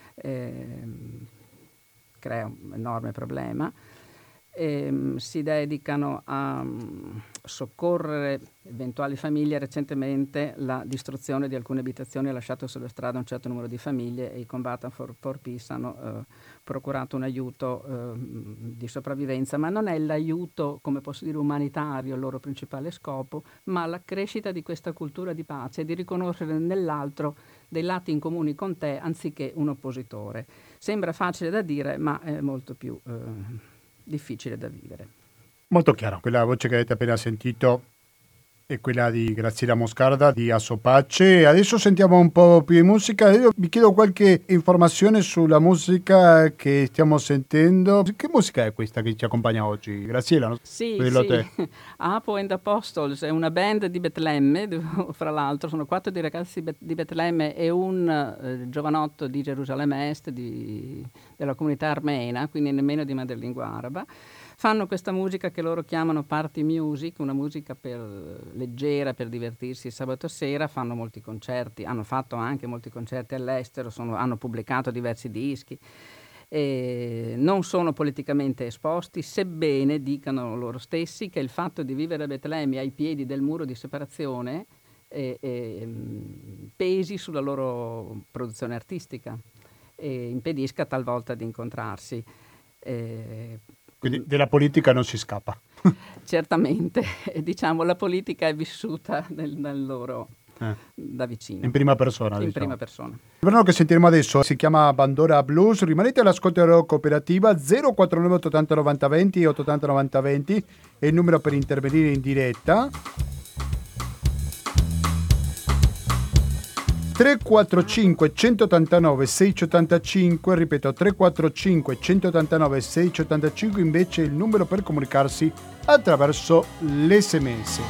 S5: crea un enorme problema. Si dedicano a soccorrere eventuali famiglie. Recentemente la distruzione di alcune abitazioni ha lasciato sulla strada un certo numero di famiglie e i Combatant for Peace hanno procurato un aiuto di sopravvivenza, ma non è l'aiuto, come posso dire, umanitario il loro principale scopo, ma la crescita di questa cultura di pace e di riconoscere nell'altro dei lati in comuni con te anziché un oppositore. Sembra facile da dire, ma è molto più difficile da vivere.
S1: Molto chiaro, quella voce che avete appena sentito è quella di Graziella Moscarda di Assopace. Adesso sentiamo un po' più di musica. Io vi chiedo qualche informazione sulla musica che stiamo sentendo. Che musica è questa che ci accompagna oggi? Graziella?
S5: Sì. Apo and Apostles è una band di Betlemme, fra l'altro sono 4 di ragazzi di Betlemme e un giovanotto di Gerusalemme Est, della comunità armena, quindi nemmeno di madrelingua araba. Fanno questa musica che loro chiamano party music, una musica leggera, per divertirsi il sabato sera. Fanno molti concerti, hanno fatto anche molti concerti all'estero, hanno pubblicato diversi dischi. Non sono politicamente esposti, sebbene dicano loro stessi che il fatto di vivere a Betlemme ai piedi del muro di separazione pesi sulla loro produzione artistica e impedisca talvolta di incontrarsi.
S1: Quindi della politica non si scappa.
S5: Certamente, diciamo, la politica è vissuta nel loro da vicino.
S1: In prima persona.
S5: In
S1: diciamo.
S5: prima persona.
S1: Il brano che sentiremo adesso si chiama Bandora Blues. Rimanete all'ascolto della cooperativa. 049 880 90 20 880 90 20 è il numero per intervenire in diretta. 345 189 685, ripeto 345 189 685 invece è il numero per comunicarsi attraverso l'SMS.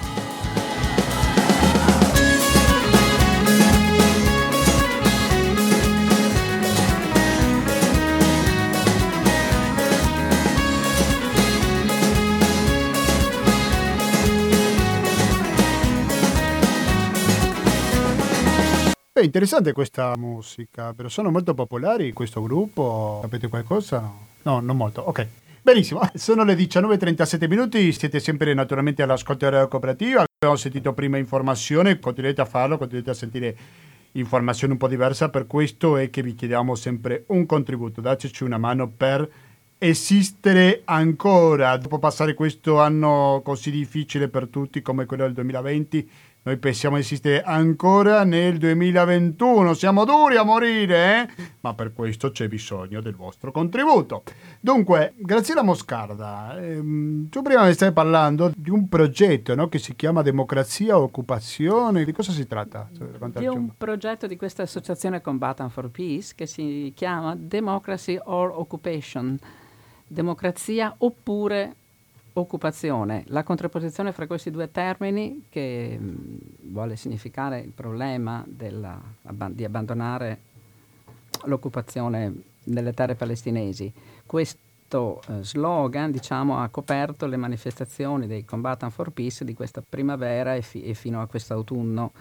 S1: È interessante questa musica, però sono molto popolari questo gruppo, sapete qualcosa? No, non molto, ok. Benissimo, sono le 19:37 minuti, siete sempre naturalmente all'ascolto della cooperativa, abbiamo sentito prima informazione, continuate a farlo, continuate a sentire informazione un po' diversa, per questo è che vi chiediamo sempre un contributo, dateci una mano per esistere ancora, dopo passare questo anno così difficile per tutti come quello del 2020, noi pensiamo di esistere ancora nel 2021, siamo duri a morire, ma per questo c'è bisogno del vostro contributo. Dunque, Graziella Moscarda, tu prima mi stai parlando di un progetto, no, che si chiama Democrazia Occupazione, di cosa si tratta?
S5: Di un progetto di questa associazione Combatant for Peace che si chiama Democracy or Occupation, democrazia oppure occupazione. La contrapposizione fra questi due termini, che vuole significare il problema di abbandonare l'occupazione nelle terre palestinesi. Questo slogan, diciamo, ha coperto le manifestazioni dei Combatant for Peace di questa primavera e fino a quest'autunno.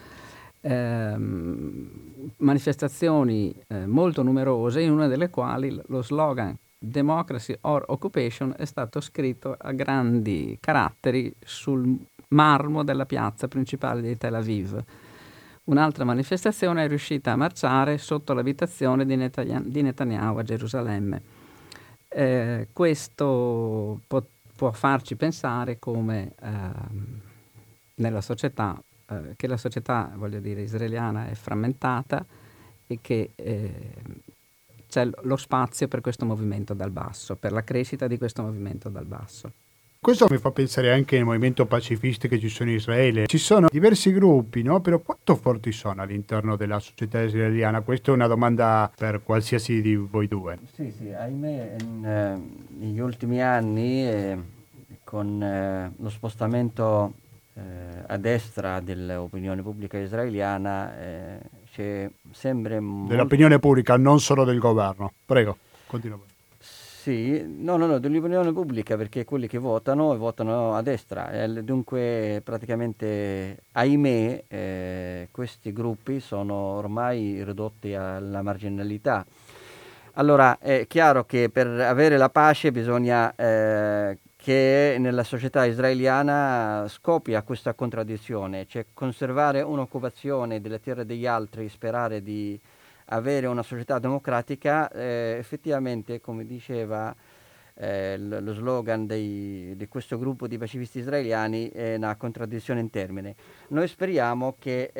S5: Manifestazioni molto numerose, in una delle quali lo slogan Democracy or Occupation è stato scritto a grandi caratteri sul marmo della piazza principale di Tel Aviv. Un'altra manifestazione è riuscita a marciare sotto l'abitazione di Netanyahu a Gerusalemme. Questo può farci pensare come nella società, che la società, voglio dire, israeliana è frammentata e che c'è lo spazio per questo movimento dal basso, per la crescita di questo movimento dal basso.
S1: Questo mi fa pensare anche al movimento pacifista che ci sono in Israele. Ci sono diversi gruppi, no? Però quanto forti sono all'interno della società israeliana? Questa è una domanda per qualsiasi di voi due.
S3: Sì, ahimè, negli ultimi anni, con lo spostamento a destra dell'opinione pubblica israeliana, c'è sempre...
S1: Dell'opinione pubblica, non solo del governo. Prego, continua.
S3: Sì, no, dell'opinione pubblica, perché quelli che votano a destra, dunque praticamente, ahimè, questi gruppi sono ormai ridotti alla marginalità. Allora, è chiaro che per avere la pace bisogna che nella società israeliana scoppia questa contraddizione, cioè conservare un'occupazione delle terre degli altri, sperare di avere una società democratica, effettivamente, come diceva lo slogan di questo gruppo di pacifisti israeliani, è una contraddizione in termini. Noi speriamo che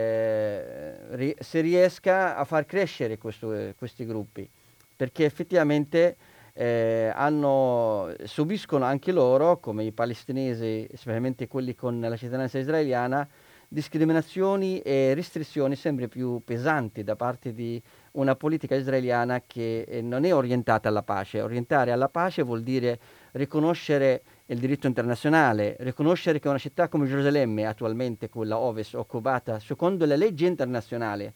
S3: si riesca a far crescere questi gruppi, perché effettivamente subiscono anche loro, come i palestinesi, specialmente quelli con la cittadinanza israeliana, discriminazioni e restrizioni sempre più pesanti da parte di una politica israeliana che non è orientata alla pace. Orientare alla pace vuol dire riconoscere il diritto internazionale, riconoscere che una città come Gerusalemme, attualmente quella ovest, occupata secondo le leggi internazionali,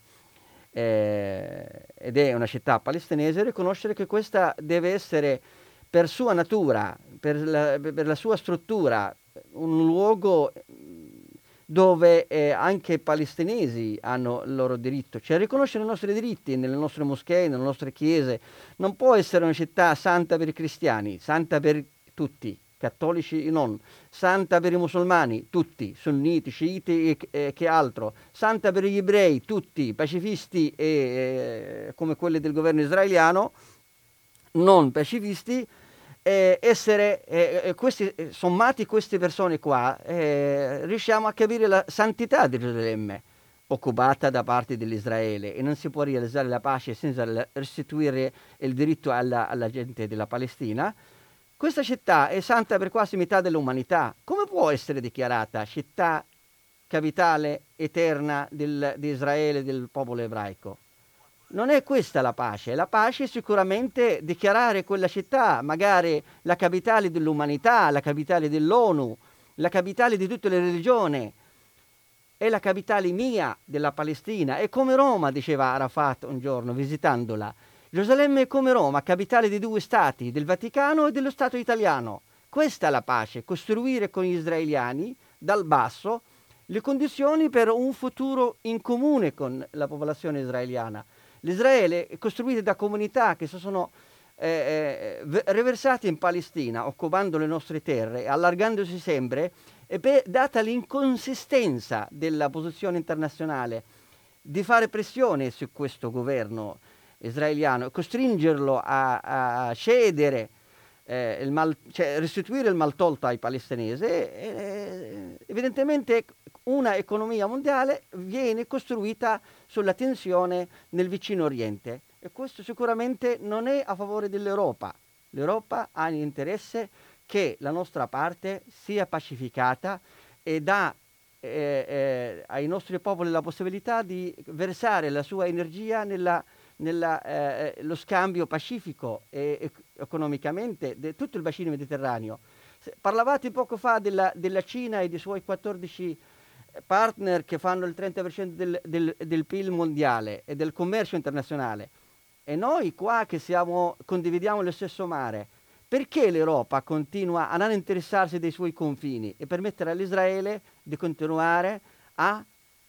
S3: ed è una città palestinese, riconoscere che questa deve essere, per sua natura, per la sua struttura, un luogo dove anche i palestinesi hanno il loro diritto, cioè riconoscere i nostri diritti nelle nostre moschee, nelle nostre chiese. Non può essere una città santa per i cristiani, santa per tutti, cattolici e non, santa per i musulmani, tutti, sunniti, sciiti e che altro, santa per gli ebrei, tutti, pacifisti come quelli del governo israeliano, non pacifisti. Sommati queste persone qua, riusciamo a capire la santità di Gerusalemme, occupata da parte dell'Israele, e non si può realizzare la pace senza restituire il diritto alla gente della Palestina. Questa città è santa per quasi metà dell'umanità. Come può essere dichiarata città capitale eterna di Israele, del popolo ebraico? Non è questa la pace è sicuramente dichiarare quella città, magari la capitale dell'umanità, la capitale dell'ONU, la capitale di tutte le religioni, è la capitale mia della Palestina, è come Roma, diceva Arafat un giorno visitandola. Gerusalemme è come Roma, capitale di due stati, del Vaticano e dello Stato italiano. Questa è la pace, costruire con gli israeliani dal basso le condizioni per un futuro in comune con la popolazione israeliana. L'Israele è costruito da comunità che si sono riversate in Palestina, occupando le nostre terre, allargandosi sempre, e data l'inconsistenza della posizione internazionale di fare pressione su questo governo israeliano, costringerlo a cedere, restituire il maltolto ai palestinesi, evidentemente una economia mondiale viene costruita sulla tensione nel vicino Oriente, e questo sicuramente non è a favore dell'Europa. L'Europa ha l'interesse che la nostra parte sia pacificata e dà ai nostri popoli la possibilità di versare la sua energia nello scambio pacifico e economicamente di tutto il bacino mediterraneo. Parlavate poco fa della Cina e dei suoi 14 partner che fanno il 30% del PIL mondiale e del commercio internazionale, e noi qua che condividiamo lo stesso mare. Perché l'Europa continua a non interessarsi dei suoi confini e permettere all'Israele di continuare a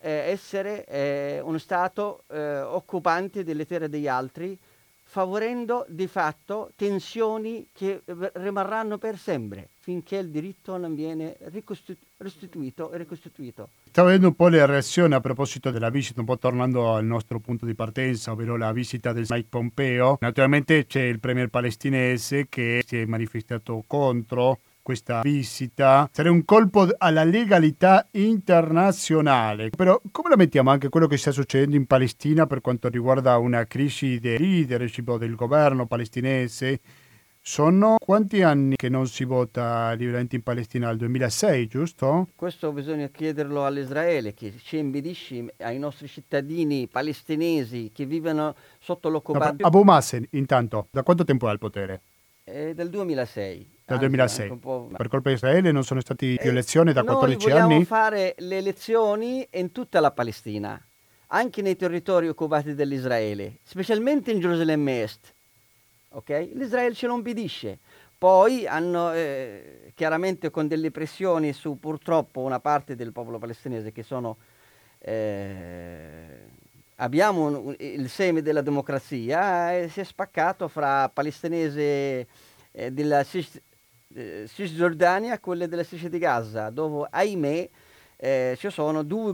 S3: essere uno Stato occupante delle terre degli altri, favorendo di fatto tensioni che rimarranno per sempre finché il diritto non viene restituito e ricostituito.
S1: Stavo vedendo un po' le reazioni a proposito della visita, un po' tornando al nostro punto di partenza, ovvero la visita del Mike Pompeo. Naturalmente c'è il premier palestinese che si è manifestato contro questa visita. Sarebbe un colpo alla legalità internazionale. Però come la mettiamo anche quello che sta succedendo in Palestina per quanto riguarda una crisi di leadership del governo palestinese? Sono quanti anni che non si vota liberamente in Palestina? Al 2006, giusto?
S3: Questo bisogna chiederlo all'Israele, che ci impedisce ai nostri cittadini palestinesi che vivono sotto l'occupazione.
S1: Abu Mazen, intanto, da quanto tempo è al potere?
S3: Del 2006.
S1: Dal
S3: Anzi,
S1: 2006.
S3: anche un po'.
S1: Per colpa di Israele non sono state più elezioni da 14
S3: Noi vogliamo
S1: anni?
S3: fare le elezioni in tutta la Palestina, anche nei territori occupati dall'Israele, specialmente in Gerusalemme Est. Okay? L'Israele ce lo impedisce. Poi hanno chiaramente con delle pressioni su purtroppo una parte del popolo palestinese che sono abbiamo il seme della democrazia, si è spaccato fra palestinese della Cisgiordania e quelle della striscia di Gaza, dove ahimè ci sono due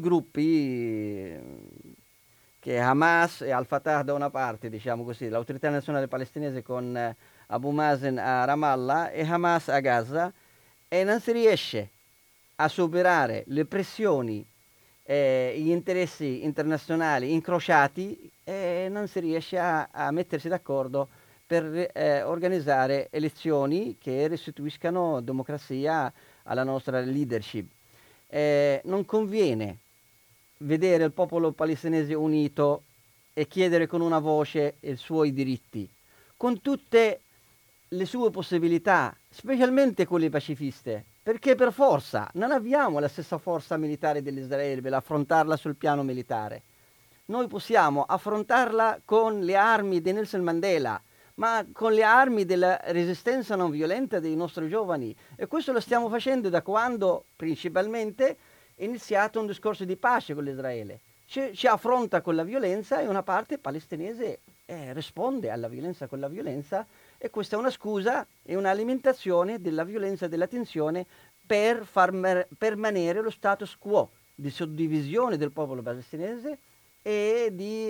S3: gruppi che Hamas e Al-Fatah da una parte, diciamo così, l'autorità nazionale palestinese con Abu Mazen a Ramallah e Hamas a Gaza, e non si riesce a superare le pressioni, gli interessi internazionali incrociati, e non si riesce a mettersi d'accordo per organizzare elezioni che restituiscano democrazia alla nostra leadership. Non conviene vedere il popolo palestinese unito e chiedere con una voce i suoi diritti, con tutte le sue possibilità, specialmente quelle pacifiste, perché per forza non abbiamo la stessa forza militare dell'Israele per affrontarla sul piano militare. Noi possiamo affrontarla con le armi di Nelson Mandela, ma con le armi della resistenza non violenta dei nostri giovani, e questo lo stiamo facendo da quando principalmente è iniziato un discorso di pace con l'Israele. Ci affronta con la violenza e una parte palestinese risponde alla violenza con la violenza, e questa è una scusa e un'alimentazione della violenza e della tensione per far permanere lo status quo di suddivisione del popolo palestinese e di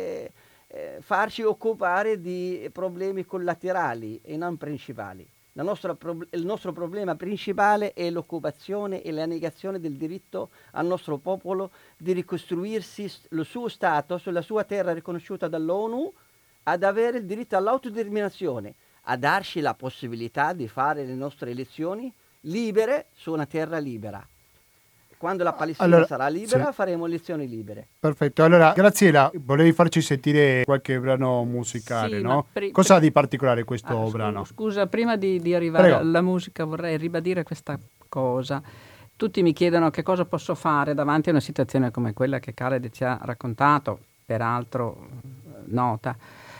S3: farci occupare di problemi collaterali e non principali. Il nostro problema principale è l'occupazione e la negazione del diritto al nostro popolo di ricostruirsi il suo Stato sulla sua terra riconosciuta dall'ONU, ad avere il diritto all'autodeterminazione, a darci la possibilità di fare le nostre elezioni libere su una terra libera. Quando la Palestina sarà libera, faremo elezioni libere.
S1: Perfetto. Allora, Graziella, volevi farci sentire qualche brano musicale, no? Cosa ha di particolare questo brano?
S5: Scusa, prima di arrivare alla musica vorrei ribadire questa cosa. Tutti mi chiedono che cosa posso fare davanti a una situazione come quella che Khaled ci ha raccontato, peraltro nota.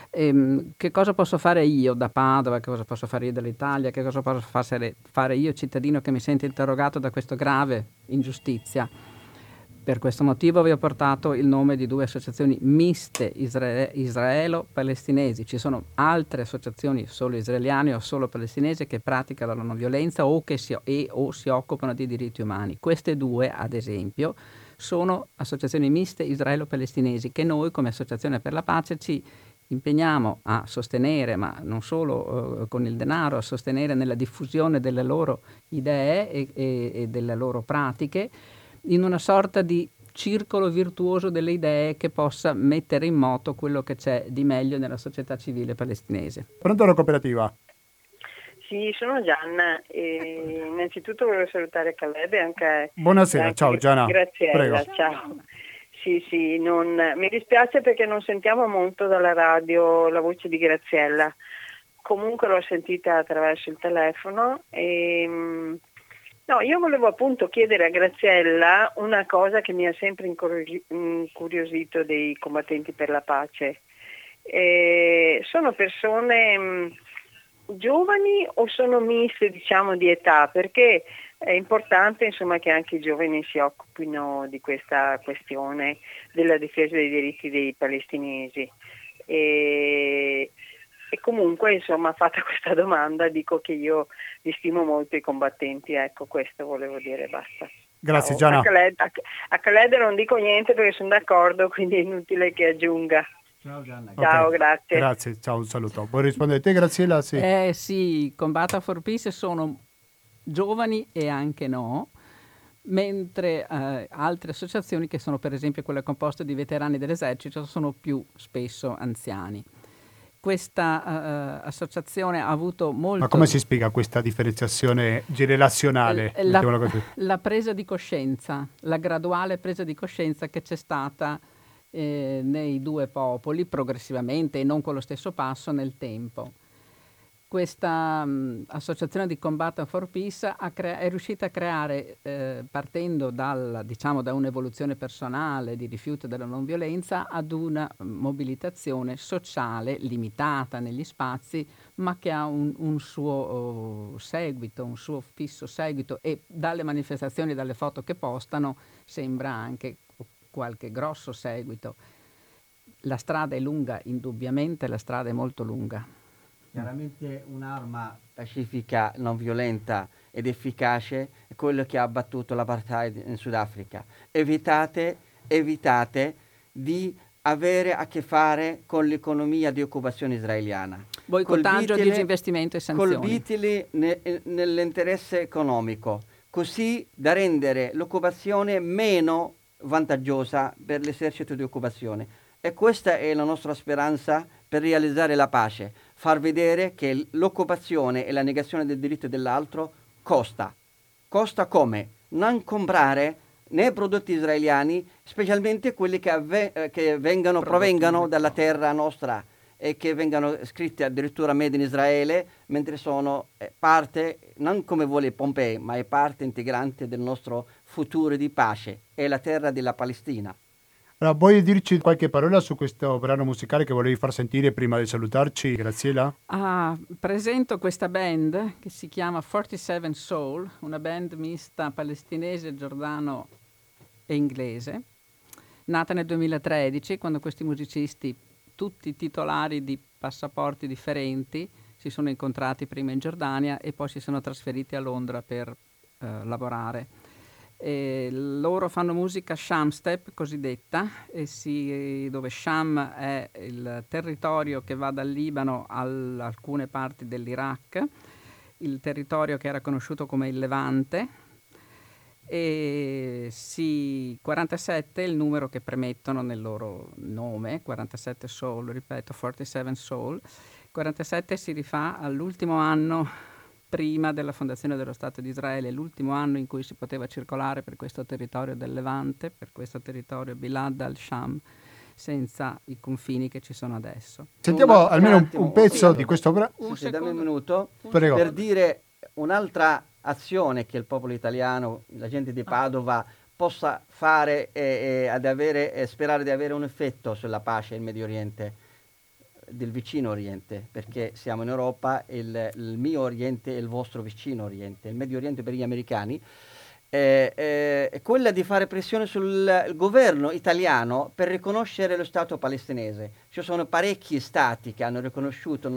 S5: Che cosa posso fare io da Padova, che cosa posso fare io dall'Italia, che cosa posso fare io cittadino che mi sente interrogato da questa grave ingiustizia. Per questo motivo vi ho portato il nome di due associazioni miste israelo-palestinesi. Ci sono altre associazioni solo israeliane o solo palestinesi che praticano la non violenza o si occupano di diritti umani. Queste due, ad esempio, sono associazioni miste israelo-palestinesi che noi come Associazione per la Pace ci impegniamo a sostenere, ma non solo con il denaro, a sostenere nella diffusione delle loro idee e delle loro pratiche, in una sorta di circolo virtuoso delle idee che possa mettere in moto quello che c'è di meglio nella società civile palestinese.
S1: Pronto alla cooperativa?
S6: Sì, sono Gianna e innanzitutto volevo salutare Khaled e anche...
S1: Buonasera, ciao Gianna.
S6: Graziella,
S1: prego.
S6: Ciao. Sì, mi dispiace perché non sentiamo molto dalla radio la voce di Graziella. Comunque l'ho sentita attraverso il telefono e no, io volevo appunto chiedere a Graziella una cosa che mi ha sempre incuriosito dei combattenti per la pace. Sono persone giovani o sono miste, diciamo, di età? Perché è importante, insomma, che anche i giovani si occupino di questa questione della difesa dei diritti dei palestinesi. E comunque, insomma, fatta questa domanda, dico che io li stimo molto i combattenti, ecco, questo volevo dire, basta.
S1: Grazie Gianna.
S6: A Khaled non dico niente perché sono d'accordo, quindi è inutile che aggiunga.
S3: Ciao Gianna.
S6: Ciao, grazie.
S1: Grazie, ciao, un saluto. Vuoi rispondere te, Graziella?
S5: Sì, Combatta for Peace sono giovani e anche no, mentre altre associazioni, che sono per esempio quelle composte di veterani dell'esercito, sono più spesso anziani. Questa associazione ha avuto molto...
S1: Ma come si spiega questa differenziazione generazionale? Mettiamola così.
S5: La presa di coscienza, la graduale presa di coscienza che c'è stata nei due popoli progressivamente e non con lo stesso passo nel tempo. Questa associazione di Combat for Peace è riuscita a creare, partendo da un'evoluzione personale di rifiuto della non violenza, ad una mobilitazione sociale limitata negli spazi, ma che ha un suo seguito, un suo fisso seguito, e dalle manifestazioni e dalle foto che postano sembra anche qualche grosso seguito. La strada è lunga, indubbiamente la strada è molto lunga.
S3: Chiaramente un'arma pacifica, non violenta ed efficace è quello che ha abbattuto l'apartheid in Sudafrica. Evitate di avere a che fare con l'economia di occupazione israeliana.
S5: Boicottaggio, disinvestimento e sanzioni.
S3: Colpiteli nell'interesse economico, così da rendere l'occupazione meno vantaggiosa per l'esercito di occupazione. E questa è la nostra speranza per realizzare la pace, far vedere che l'occupazione e la negazione del diritto dell'altro costa. Costa come? Non comprare né prodotti israeliani, specialmente quelli che provengano dalla terra nostra e che vengano scritti addirittura Made in Israele, mentre sono parte, non come vuole Pompei, ma è parte integrante del nostro futuro di pace, è la terra della Palestina.
S1: Allora, vuoi dirci qualche parola su questo brano musicale che volevi far sentire prima di salutarci, Graziella?
S5: Presento questa band che si chiama 47 Soul, una band mista palestinese, giordano e inglese, nata nel 2013, quando questi musicisti, tutti titolari di passaporti differenti, si sono incontrati prima in Giordania e poi si sono trasferiti a Londra per lavorare. E loro fanno musica Sham Step cosiddetta, dove Sham è il territorio che va dal Libano alcune parti dell'Iraq, il territorio che era conosciuto come il Levante, e 47 è il numero che premettono nel loro nome, 47 Soul, ripeto, 47 Soul. 47 si rifà all'ultimo anno prima della fondazione dello Stato di Israele, l'ultimo anno in cui si poteva circolare per questo territorio del Levante, per questo territorio Bilad al-Sham, senza i confini che ci sono adesso.
S1: Sentiamo almeno un pezzo di questo brano.
S3: Dammi un minuto.
S1: Prego.
S3: Per dire un'altra azione che il popolo italiano, la gente di Padova, possa fare e sperare di avere un effetto sulla pace in Medio Oriente, del vicino Oriente, perché siamo in Europa, il mio Oriente è il vostro vicino Oriente, il Medio Oriente per gli americani, è quella di fare pressione sul governo italiano per riconoscere lo Stato palestinese. Ci sono parecchi stati che hanno riconosciuto il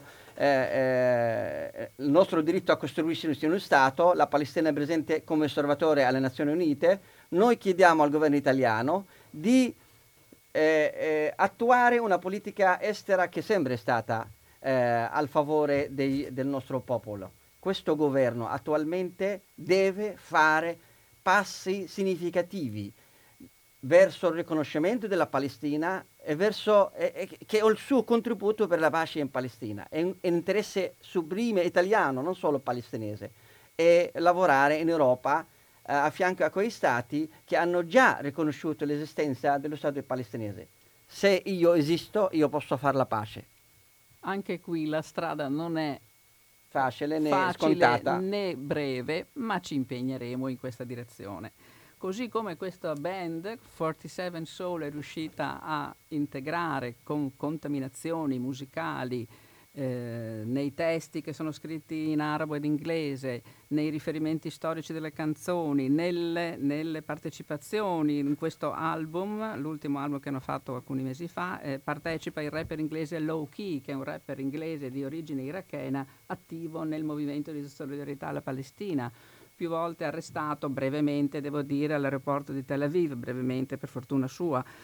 S3: nostro diritto a costruirsi uno Stato. La Palestina è presente come osservatore alle Nazioni Unite. Noi chiediamo al governo italiano di attuare una politica estera che sempre è stata al favore del nostro popolo. Questo governo attualmente deve fare passi significativi verso il riconoscimento della Palestina e verso che è il suo contributo per la pace in Palestina. È un interesse sublime italiano, non solo palestinese, e lavorare in Europa a fianco a quei stati che hanno già riconosciuto l'esistenza dello Stato palestinese. Se io esisto, io posso fare la pace.
S5: Anche qui la strada non è
S3: facile né scontata
S5: né breve, ma ci impegneremo in questa direzione. Così come questa band 47 Soul è riuscita a integrare con contaminazioni musicali nei testi che sono scritti in arabo ed inglese, nei riferimenti storici delle canzoni, nelle partecipazioni in questo album, l'ultimo album che hanno fatto alcuni mesi fa, partecipa il rapper inglese Low Key, che è un rapper inglese di origine irachena attivo nel movimento di solidarietà alla Palestina, più volte arrestato brevemente, devo dire, all'aeroporto di Tel Aviv, brevemente per fortuna sua.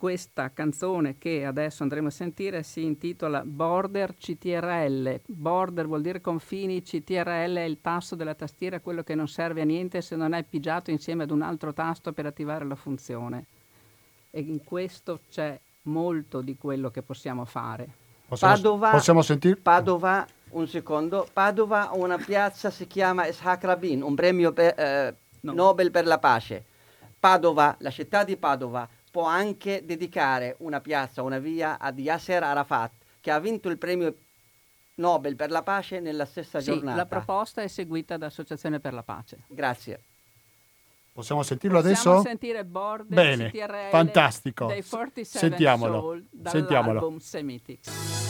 S5: questa canzone che adesso andremo a sentire si intitola Border CTRL. Border vuol dire confini, CTRL è il tasto della tastiera, quello che non serve a niente se non è pigiato insieme ad un altro tasto per attivare la funzione. E in questo c'è molto di quello che possiamo fare.
S1: Possiamo sentire?
S3: Padova, un secondo. Padova ha una piazza, si chiama Ishaq Rabin, un premio Nobel per la pace. Padova, la città di Padova, può anche dedicare una piazza, una via ad Yasser Arafat, che ha vinto il premio Nobel per la pace nella stessa giornata.
S5: La proposta è seguita da Associazione per la Pace.
S3: Grazie.
S1: Possiamo sentirlo adesso?
S5: Possiamo sentire Border
S1: Bene,
S5: CTRL
S1: fantastico.
S5: dei 47
S1: Sentiamolo.
S5: Soul dall'album Semitics.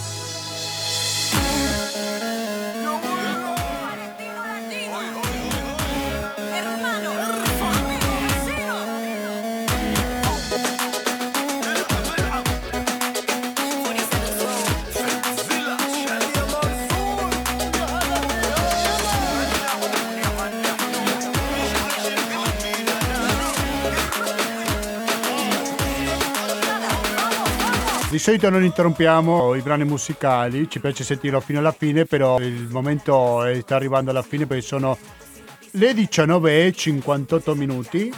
S1: Di solito non interrompiamo i brani musicali, ci piace sentirlo fino alla fine, però il momento sta arrivando alla fine perché sono le 19:58 minuti.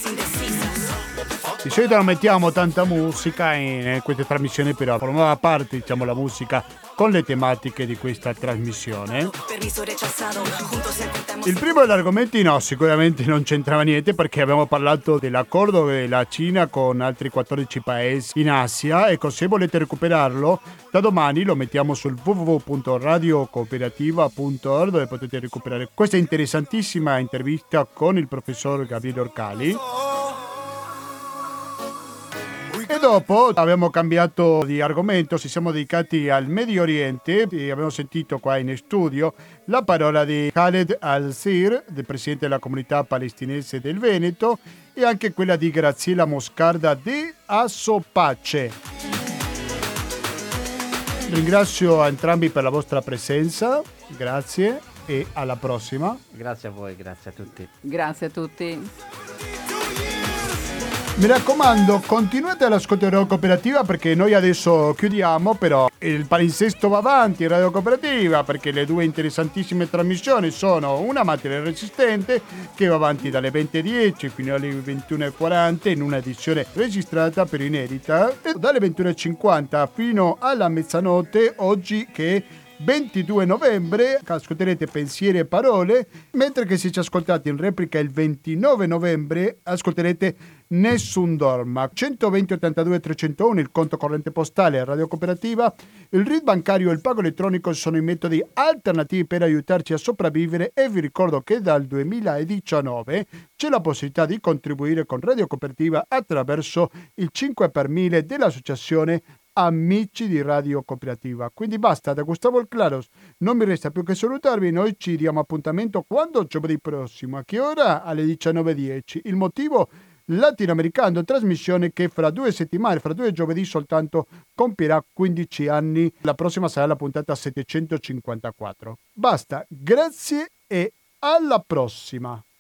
S1: Di solito non mettiamo tanta musica in queste trasmissioni, però formiamo a parte, diciamo, la musica con le tematiche di questa trasmissione. Il primo degli argomenti no, sicuramente non c'entrava niente perché abbiamo parlato dell'accordo della Cina con altri 14 paesi in Asia. Ecco, se volete recuperarlo, da domani lo mettiamo sul www.radiocooperativa.org, dove potete recuperare questa interessantissima intervista con il professor Gabriele Orcali. E dopo abbiamo cambiato di argomento, ci siamo dedicati al Medio Oriente e abbiamo sentito qua in studio la parola di Khaled Al-Sir, del presidente della comunità palestinese del Veneto, e anche quella di Graziella Moscarda di Assopace. Ringrazio a entrambi per la vostra presenza, grazie e alla prossima.
S3: Grazie a voi, grazie a tutti.
S5: Grazie a tutti.
S1: Mi raccomando, continuate all'ascolto di Radio Cooperativa perché noi adesso chiudiamo, però il palinsesto va avanti in Radio Cooperativa perché le due interessantissime trasmissioni sono una Materia Resistente che va avanti dalle 20:10 fino alle 21:40 in una edizione registrata per inedita e dalle 21:50 fino alla mezzanotte oggi che è 22 novembre ascolterete Pensieri e Parole, mentre che se ci ascoltate in replica il 29 novembre ascolterete Nessun Dorma. 120 82 301 il conto corrente postale a Radio Cooperativa, il RID bancario e il pago elettronico sono i metodi alternativi per aiutarci a sopravvivere e vi ricordo che dal 2019 c'è la possibilità di contribuire con Radio Cooperativa attraverso il 5 per 1000 dell'associazione Amici di Radio Cooperativa. Quindi basta, da Gustavo Claros non mi resta più che salutarvi. Noi ci diamo appuntamento quando? Giovedì prossimo. A che ora? Alle 19:10. Il motivo? Latinoamericano, trasmissione che fra 2 settimane, fra 2 giovedì soltanto, compierà 15 anni. La prossima sarà la puntata 754. Basta, grazie e alla prossima.